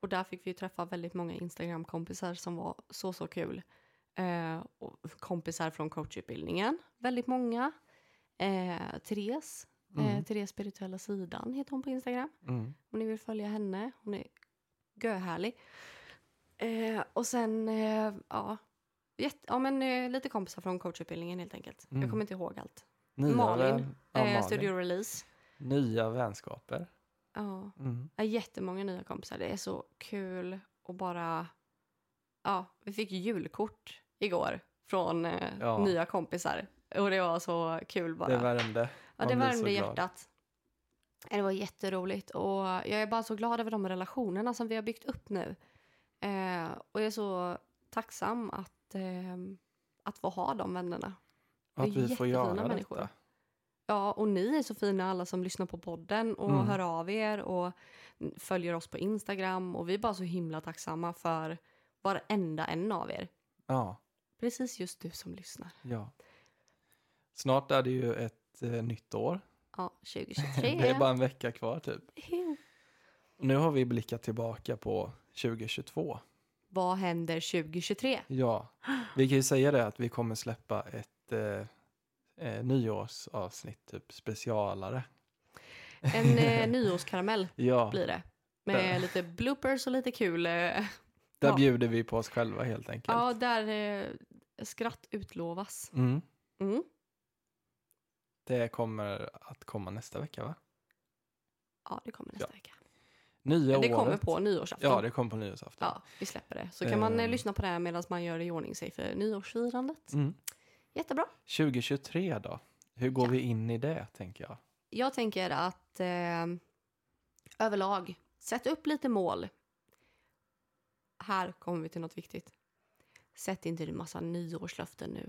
Och där fick vi träffa väldigt många Instagram-kompisar som var så, så kul. Eh, och kompisar från coachutbildningen, väldigt många. Eh, Therese, Mm. eh, Therese spirituella sidan heter hon på Instagram. Mm. Om ni vill följa henne, hon är görhärlig. Eh, och sen, eh, ja, jätte, ja men eh, lite kompisar från coachutbildningen helt enkelt. Mm. Jag kommer inte ihåg allt. Nya Malin, vän- ja, eh, Malin. Studio Release. Nya vänskaper. Ja, Mm. jag har jättemånga nya kompisar. Det är så kul och bara, ja, vi fick julkort igår från eh, Ja. nya kompisar. Och det var så kul bara. Det värmde. Ja, Man det blir så värmde glad. hjärtat. Det var jätteroligt och jag är bara så glad över de relationerna som vi har byggt upp nu. Eh, och jag är så tacksam att, eh, att få ha de vännerna. Det är Att vi får jättefina göra människor. detta. Ja, och ni är så fina alla som lyssnar på podden och Mm. hör av er och följer oss på Instagram. Och vi är bara så himla tacksamma för varenda en av er. Ja, Precis just du som lyssnar. ja. Snart är det ju ett eh, nytt år. Ja, tjugohundratjugotre. Det är bara en vecka kvar typ. Ew. Och nu har vi blickat tillbaka på tjugohundratjugotvå. Vad händer tjugohundratjugotre? Ja, vi kan ju säga det att vi kommer släppa ett eh, eh, nyårsavsnitt, typ specialare. En eh, nyårskaramell Ja, blir det. Med Där. lite bloopers och lite kul. Eh, där ja. bjuder vi på oss själva helt enkelt. ja, där eh, skratt utlovas. Mm. Mm. Det kommer att komma nästa vecka, va? Ja, det kommer nästa Ja. vecka. Nya Det kommer året. på nyårsafton. Ja, det kommer på nyårsafton. Ja, vi släpper det. Så kan man eh, Eh. lyssna på det här medan man gör det i ordning sig för nyårsfirandet. Mm. Jättebra. tjugohundratjugotre då? Hur går Ja. vi in i det, tänker jag? Jag tänker att eh, överlag, sätt upp lite mål. Här kommer vi till något viktigt. Sätt inte en massa nyårslöften nu.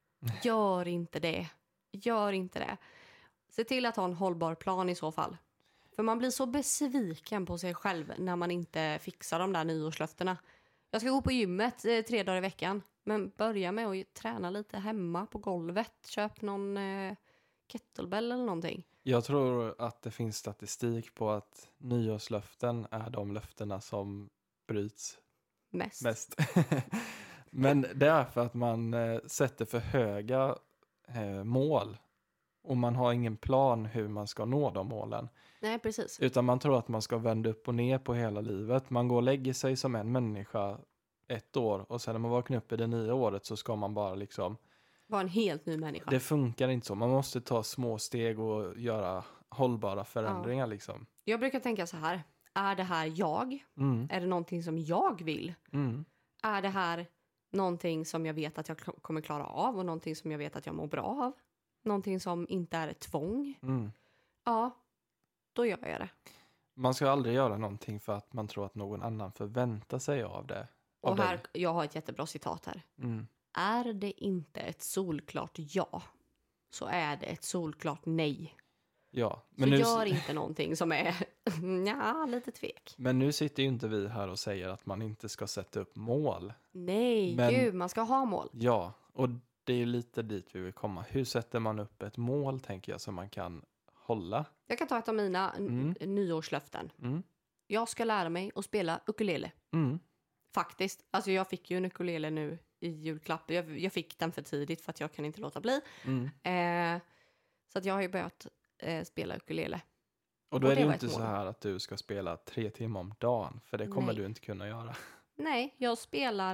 Gör inte det. Gör inte det. Se till att ha en hållbar plan i så fall. För man blir så besviken på sig själv när man inte fixar de där nyårslöftena. Jag ska gå på gymmet eh, tre dagar i veckan. Men börja med att träna lite hemma på golvet. Köp någon eh, kettlebell eller någonting. Jag tror att det finns statistik på att nyårslöften är de löftena som bryts Mest. mest. Men det är för att man eh, sätter för höga eh, mål och man har ingen plan hur man ska nå de målen. Nej, precis. Utan man tror att man ska vända upp och ner på hela livet. Man går och lägger sig som en människa ett år och sen när man vaknar upp i det nya året så ska man bara liksom... Var en helt ny människa. Det funkar inte så. Man måste ta små steg och göra hållbara förändringar liksom. Jag brukar tänka så här. Är det här jag? Mm, Är det någonting som jag vill? mm, Är det här någonting som jag vet att jag k- kommer klara av och någonting som jag vet att jag mår bra av? Någonting som inte är ett tvång? mm. Ja, då gör jag det. Man ska aldrig göra någonting för att man tror att någon annan förväntar sig av det. Av Och här, dig. jag har ett jättebra citat här. Mm. Är det inte ett solklart ja, så är det ett solklart nej. Ja, Så men nu, gör inte någonting som är ja, lite tvek. men nu sitter ju inte vi här och säger att man inte ska sätta upp mål. Nej, Men- gud, man ska ha mål. Ja, och det är lite dit vi vill komma. Hur sätter man upp ett mål, tänker jag, som man kan hålla? Jag kan ta ett av mina n- Mm. nyårslöften. Mm. Jag ska lära mig att spela ukulele. Mm. Faktiskt. Alltså jag fick ju en ukulele nu i julklapp. Jag, jag fick den för tidigt för att jag kan inte låta bli. Mm. Eh, så att jag har ju börjat eh, spela ukulele. Och då Och är det det ju var inte ett så mål. här att du ska spela tre timmar om dagen. För det kommer Nej. du inte kunna göra. Nej, jag spelar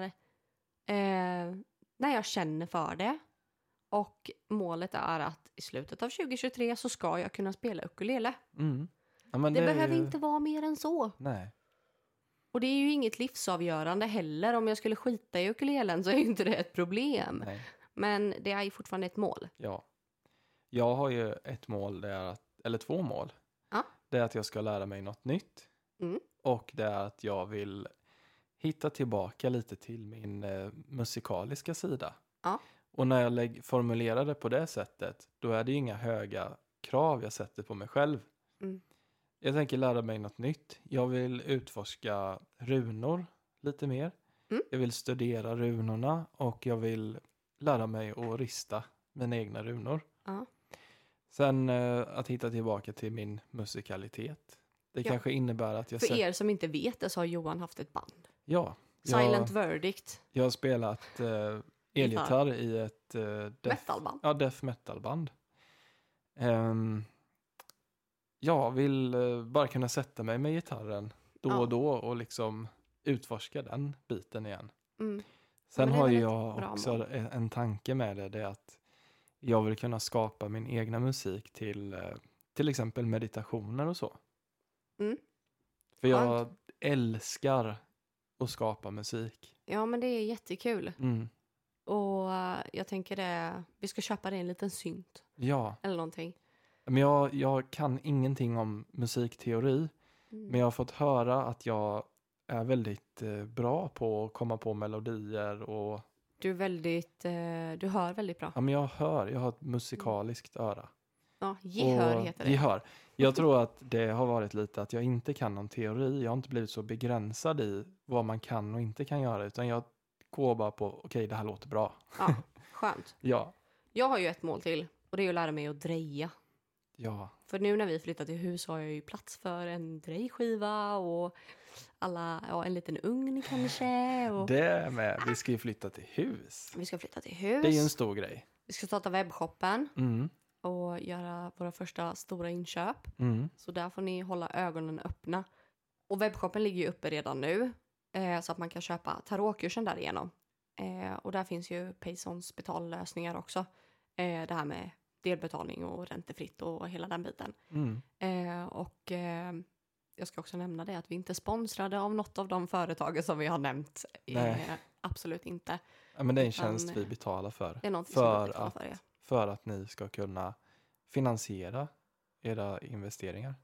eh, när jag känner för det. Och målet är att i slutet av tjugohundratjugotre så ska jag kunna spela ukulele. Mm. Ja, men Det, är behöver ju... inte vara mer än så. Nej. Och det är ju inget livsavgörande heller. Om jag skulle skita i ukulelen så är ju inte det ett problem. Nej. Men det är ju fortfarande ett mål. Ja. Jag har ju ett mål, det är att, eller två mål. Ja. Det är att jag ska lära mig något nytt. Mm. Och det är att jag vill hitta tillbaka lite till min eh, musikaliska sida. Ja. Och när jag lägg, formulerar det på det sättet, då är det ju inga höga krav jag sätter på mig själv. Mm. Jag tänker lära mig något nytt. Jag vill utforska runor lite mer. Mm. Jag vill studera runorna och jag vill lära mig att rista mina egna runor. Ja. Sen eh, att hitta tillbaka till min musikalitet. Det Ja. kanske innebär att jag... För sett- er som inte vet det så har Johan haft ett band. Ja. Silent Jag, Verdict. jag har spelat eh, elgitarr i ett... Eh, death, Metalband. Ja, death metal-band. Ehm, jag vill eh, bara kunna sätta mig med gitarren då Ja. och då och liksom utforska den biten igen. Mm. Sen men det är har väl ju ett jag bra också mål. en, en tanke med det. Det är att jag vill kunna skapa min egna musik till eh, till exempel meditationer och så. Mm. För jag älskar att skapa musik. Ja, men det är jättekul. Mm. Och eh, jag tänker det, vi ska köpa det en liten synt. Ja, Eller någonting. men jag, jag kan ingenting om musikteori. Mm. Men jag har fått höra att jag är väldigt eh, bra på att komma på melodier och Du är väldigt, eh, du hör väldigt bra. ja, men jag hör, jag har ett musikaliskt öra. Ja, gehör Och- heter det. Gehör. Jag tror att det har varit lite att jag inte kan någon teori. Jag har inte blivit så begränsad i vad man kan och inte kan göra. Utan jag går bara på, okej, det här låter bra. Ja, skönt. Ja, Jag har ju ett mål till och det är att lära mig att dreja. ja, För nu när vi flyttat till hus har jag ju plats för en drejskiva och alla, ja, en liten ugn kanske. Och det är med. Vi ska ju flytta till hus. vi ska flytta till hus. Det är ju en stor grej. Vi ska starta webbshoppen Mm, och göra våra första stora inköp. mm, Så där får ni hålla ögonen öppna. Och webbshoppen ligger ju uppe redan nu. Eh, så att man kan köpa tarotkursen därigenom. Eh, och där finns ju Paysons betallösningar också. Eh, det här med delbetalning och räntefritt och hela den biten. mm. Eh, och eh, jag ska också nämna det att vi inte är sponsrade av något av de företagen som vi har nämnt. Nej. Eh, absolut inte. Ja, men det är en Utan, tjänst vi betalar för. Det är något som För vi betalar att, för. Ja. för att ni ska kunna finansiera era investeringar.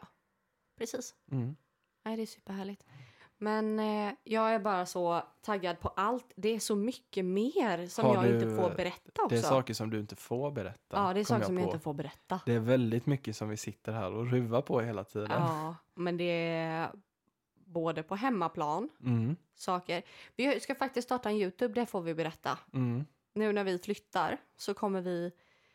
Precis. Mm. Nej, det är superhärligt. Men eh, jag är bara så taggad på allt. Det är så mycket mer som Har jag du- inte får berätta också. Det är saker som du inte får berätta. ja, det är kom saker som jag på. inte får berätta. Det är väldigt mycket som vi sitter här och ruvar på hela tiden. Ja, men det är både på hemmaplan, Mm, saker. Vi ska faktiskt starta en YouTube, det får vi berätta. mm, Nu när vi flyttar så kommer vi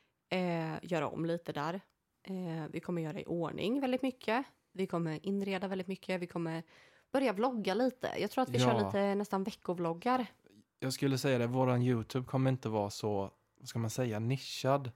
eh, göra om lite där. Eh, vi kommer göra i ordning väldigt mycket. Vi kommer inreda väldigt mycket. Vi kommer börja vlogga lite. Jag tror att vi Ja. kör lite nästan veckovloggar. Jag skulle säga det, våran YouTube kommer inte vara så, vad ska man säga, nischad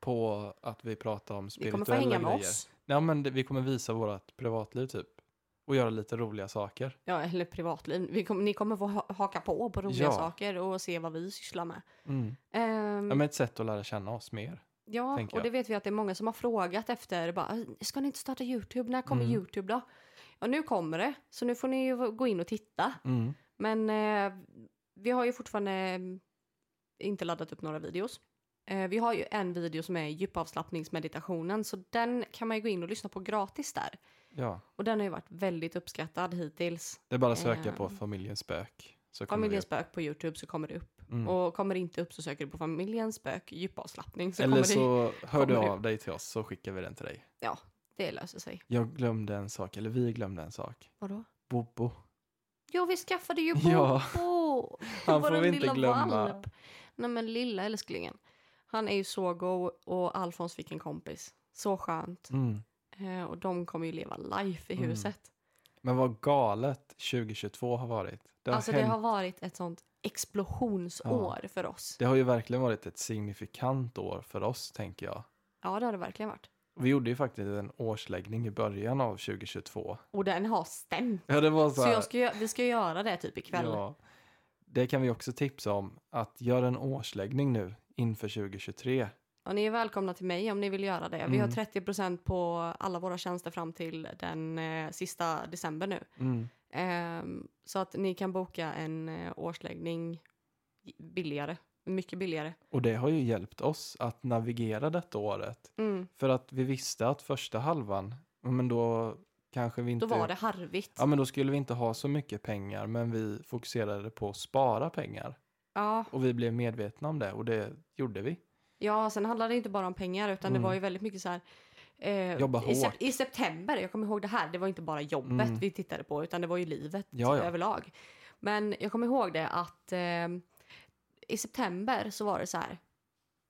på att vi pratar om Vi spirituella kommer få hänga med grejer. oss. Ja, men det, vi kommer visa vårt privatliv typ. Och göra lite roliga saker. Ja, eller privatliv. Vi kommer, ni kommer få ha, haka på på roliga Ja. saker och se vad vi sysslar med. Mm. Ehm, Ja, men ett sätt att lära känna oss mer. ja, tänker och jag. det vet vi att det är många som har frågat efter. Bara, ska ni inte starta YouTube? När kommer Mm. YouTube då? Ja, nu kommer det. Så nu får ni ju gå in och titta. Mm. Men eh, vi har ju fortfarande mm, inte laddat upp några videos. Eh, vi har ju en video som är djupavslappningsmeditationen. Så den kan man ju gå in och lyssna på gratis där. Ja, Och den har ju varit väldigt uppskattad hittills. det är bara att söka Ehm. på familjens spök. Så kommer Familjens det spök på YouTube så kommer det upp. upp. Mm. Och kommer det inte upp så söker du på familjens spök djupavslappning. Så Eller kommer så hör du kommer det av dig till oss så skickar vi den till dig. det, det löser sig. Jag glömde en sak, eller vi glömde en sak. Vadå? Bobo. Jo, vi skaffade ju Ja. Bobo! Han får Vår vi inte lilla glömma. valp. Nej men lilla älsklingen. Han är ju så god och Alfons fick en kompis. Så skönt. Mm. Eh, och de kommer ju leva life i Mm. huset. Men vad galet tjugohundratjugotvå har varit. Det har, Alltså hänt, det har varit ett sånt explosionsår för oss. det har ju verkligen varit ett signifikant år för oss, tänker jag. Ja, det har det verkligen varit. Vi gjorde ju faktiskt en årsläggning i början av tjugohundratjugotvå. Och den har stämt. Ja, det var så Så här, jag ska, gö- vi ska göra det typ ikväll. ja, det kan vi också tipsa om. Att göra en årsläggning nu inför tjugohundratjugotre. Och ni är välkomna till mig om ni vill göra det. Vi har Mm. trettio procent på alla våra tjänster fram till den eh, sista december nu. Mm. Ehm, så att ni kan boka en eh, årsläggning billigare. Mycket billigare. Och det har ju hjälpt oss att navigera detta året. Mm. För att vi visste att första halvan, ja, men då kanske vi inte... Då var det harvigt. Ja, men då skulle vi inte ha så mycket pengar, men vi fokuserade på att spara pengar. Ja, Och vi blev medvetna om det, och det gjorde vi. ja, sen handlade det inte bara om pengar utan Mm. det var ju väldigt mycket så här. Eh, Jobba i, sep- hårt. I september, jag kommer ihåg det här, det var inte bara jobbet Mm. vi tittade på utan det var ju livet Ja, ja. överlag. Men jag kommer ihåg det att eh, i september så var det så här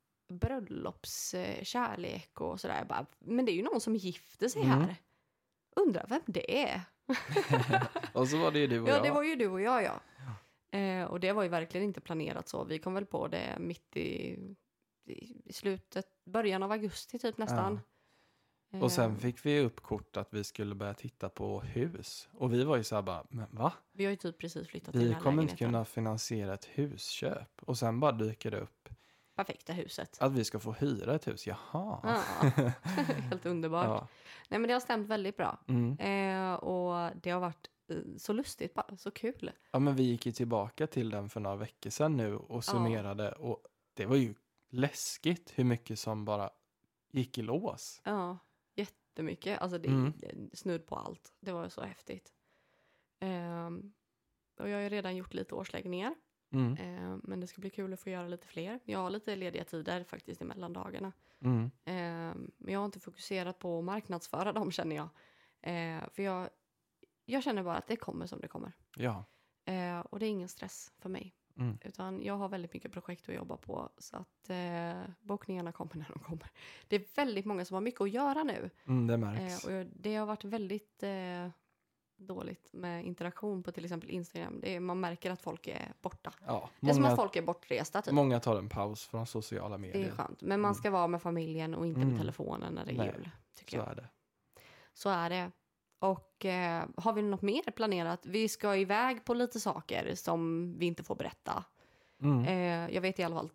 bröllopskärlek och sådär. Jag bara, men det är ju någon som gifter sig Mm. här. undrar vem det är. Och så var det ju du och Ja, jag. det var ju du och jag, ja. Eh, och det var ju verkligen inte planerat så. Vi kom väl på det mitt i, i slutet, början av augusti typ nästan. Ja. Och sen Eh, fick vi upp kort att vi skulle börja titta på hus. Och vi var ju så här bara, men va? vi har ju typ precis flyttat till Vi den här kommer inte lägenheten. kunna finansiera ett husköp. Och sen bara dyker det upp Perfekta huset. att vi ska få hyra ett hus. Jaha. Ja, helt underbart. Ja. Nej, men det har stämt väldigt bra. Mm. Eh, och det har varit eh, så lustigt, bara, så kul. Ja, men vi gick ju tillbaka till den för några veckor sedan nu och summerade. Och det var ju läskigt hur mycket som bara gick i lås. Ja, jättemycket. Alltså det Mm. är snudd på allt. Det var så häftigt. Ehm, och jag har ju redan gjort lite årsläggningar. Mm. Ehm, men det ska bli kul att få göra lite fler. Jag har lite lediga tider faktiskt i mellandagarna. Mm. Ehm, men jag har inte fokuserat på att marknadsföra dem, känner jag. Ehm, för jag, jag känner bara att det kommer som det kommer. Ja. Ehm, och det är ingen stress för mig. Mm. Utan jag har väldigt mycket projekt att jobba på. Så att eh, bokningarna kommer när de kommer. Det är väldigt många som har mycket att göra nu. Mm, det märks. Eh, och jag, det har varit väldigt eh, dåligt med interaktion på till exempel Instagram. Det är, man märker att folk är borta. Ja, Det är som många, att folk är bortresta typ. många tar en paus från sociala Det är medier. skönt. Men man ska vara med familjen och inte Mm. med telefonen när det är Nej, jul. Tycker Så jag. är det. Så är det. Och eh, har vi något mer planerat? Vi ska iväg på lite saker som vi inte får berätta. Mm. Eh, jag vet i alla fall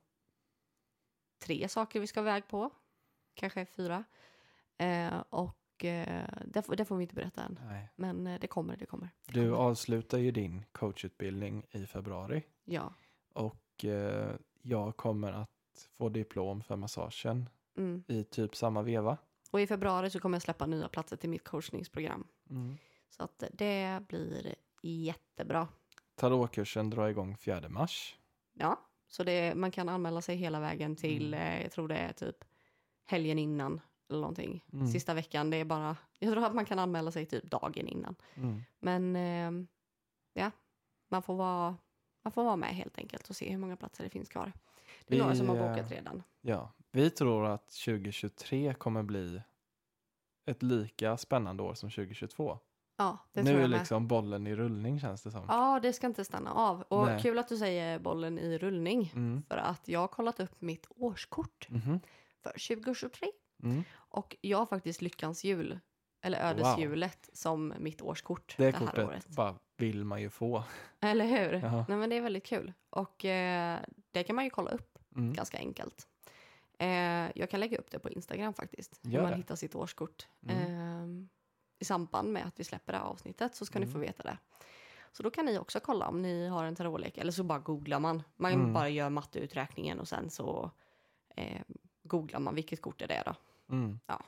tre saker vi ska iväg på. Kanske fyra. Eh, och eh, det, får- det får vi inte berätta än. Nej. Men eh, det kommer, det kommer. Det Du kommer. avslutar ju din coachutbildning i februari. Ja. Och eh, jag kommer att få diplom för massagen Mm. i typ samma veva. Och i februari så kommer jag släppa nya platser till mitt coachningsprogram. Mm. Så att det blir jättebra. Tarotkursen drar igång fjärde mars. Ja, så det, man kan anmäla sig hela vägen till, Mm. eh, jag tror det är typ helgen innan eller någonting. Mm. Sista veckan, det är bara, jag tror att man kan anmäla sig typ dagen innan. Mm. Men eh, ja, man får, vara, man får vara med helt enkelt och se hur många platser det finns kvar. Det är Vi, några som har eh, bokat redan. Ja, vi tror att tjugo tjugotre kommer bli ett lika spännande år som tjugo tjugotvå. Ja, det Nu tror är jag med. liksom bollen i rullning känns det som. Ja, det ska inte stanna av. Och Nej. kul att du säger bollen i rullning. Mm. För att jag har kollat upp mitt årskort Mhm. för tjugo tjugotre. Mm. Och jag har faktiskt lyckans jul, eller ödeshjulet, som mitt årskort Det det här kortet året. bara vill man ju få. Eller hur? Ja. Nej, men det är väldigt kul. Och eh, det kan man ju kolla upp Mm. ganska enkelt. Eh, jag kan lägga upp det på Instagram faktiskt. Hur Gör man det. hittar sitt årskort. Mm. Eh, I samband med att vi släpper det här avsnittet så ska ni Mm. få veta det. Så då kan ni också kolla om ni har en tarotlek. Eller så bara googlar man. Man Mm. bara gör matteuträkningen och sen så eh, googlar man vilket kort är det då. Mm. Så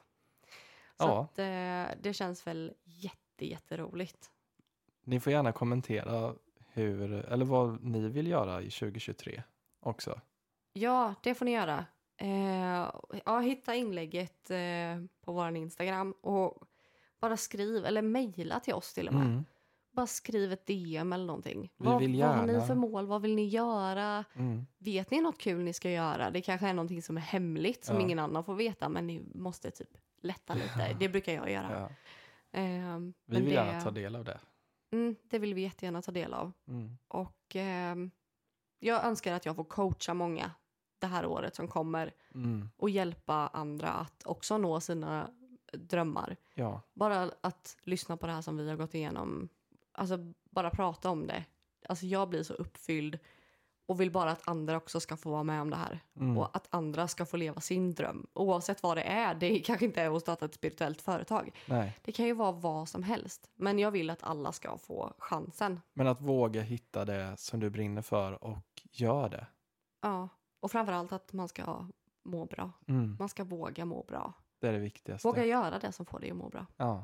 Ja. att, eh, det känns väl jätte, jätteroligt. Ni får gärna kommentera hur, eller vad ni vill göra i tjugo tjugotre också. Ja, det får ni göra. Eh, ja, hitta inlägget eh, på vår Instagram och bara skriv, eller mejla till oss till och med. Mm. Bara skriv ett D M eller någonting. Vi vad, vill vad har ni gärna- för mål? Vad vill ni göra? Mm. Vet ni något kul ni ska göra? Det kanske är någonting som är hemligt som Ja. ingen annan får veta, men ni måste typ lätta lite. Det brukar jag göra. Ja. Eh, Vi men vill det, gärna ta del av det. Mm, det vill vi jättegärna ta del av. Mm. Och ehm, jag önskar att jag får coacha många det här året som kommer Mm. och hjälpa andra att också nå sina drömmar. Ja. Bara att lyssna på det här som vi har gått igenom, alltså bara prata om det. Alltså jag blir så uppfylld och vill bara att andra också ska få vara med om det här. Mm. Och att andra ska få leva sin dröm. Oavsett vad det är, det kanske inte är att starta ett spirituellt företag. Nej. Det kan ju vara vad som helst. Men jag vill att alla ska få chansen. Men att våga hitta det som du brinner för och gör det. Ja, och framförallt att man ska må bra. Mm. Man ska våga må bra. Det är det viktigaste. Våga göra det som får dig att må bra. Ja.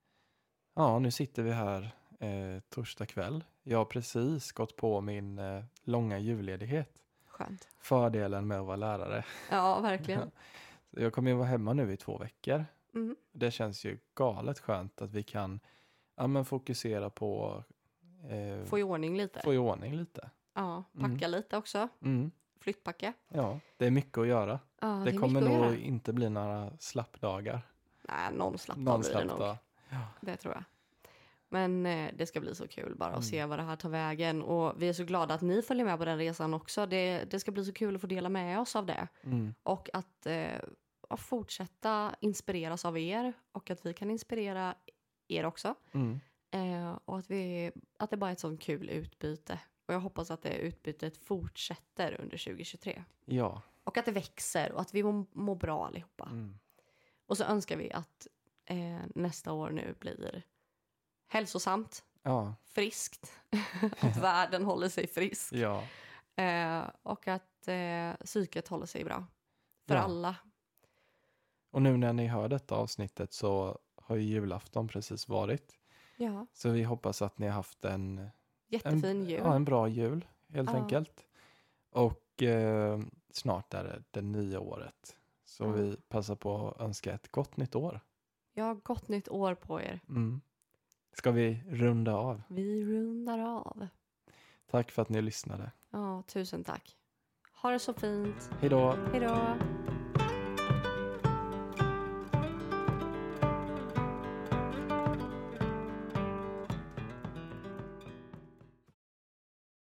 Ja, nu sitter vi här eh, torsdag kväll. Jag har precis gått på min eh, långa julledighet. Skönt. Fördelen med att vara lärare. Ja, verkligen. Så jag kommer ju vara hemma nu i två veckor. Mm. Det känns ju galet skönt att vi kan ja, men fokusera på eh, Få i ordning lite. få i ordning lite. Ja, packa Mm. lite också. Mm. Flyttpacka. Ja, det är mycket att göra. Ja, Det, är kommer mycket att nog göra. inte bli några slappdagar. Nej, någon slapp Någon av blir det slapp nog. dag. Ja. Det tror jag. Men eh, det ska bli så kul bara att Mm. se vad det här tar vägen. Och vi är så glada att ni följer med på den resan också. Det, det ska bli så kul att få dela med oss av det. Mm. Och att, eh, att fortsätta inspireras av er. Och att vi kan inspirera er också. Mm. Eh, och att, vi, att det bara är ett sånt kul utbyte. Och jag hoppas att det utbytet fortsätter under tjugo tjugotre. Ja. Och att det växer och att vi mår, mår bra allihopa. Mm. Och så önskar vi att eh, nästa år nu blir hälsosamt, Ja. friskt. Att världen håller sig frisk. Ja. Eh, och att eh, psyket håller sig bra. För Ja. alla. Och nu när ni hör detta avsnittet så har ju julafton precis varit. Ja, Så vi hoppas att ni har haft en, jättefin en, jul. ja, en bra jul helt Ja. enkelt. Och eh, snart är det det nya året. Så Ja. vi passar på att önska ett gott nytt år. Ja, gott nytt år på er. Mm. Ska vi runda av? Vi rundar av. Tack för att ni lyssnade. Ja, tusen tack. Ha det så fint. Hej då! Hej då.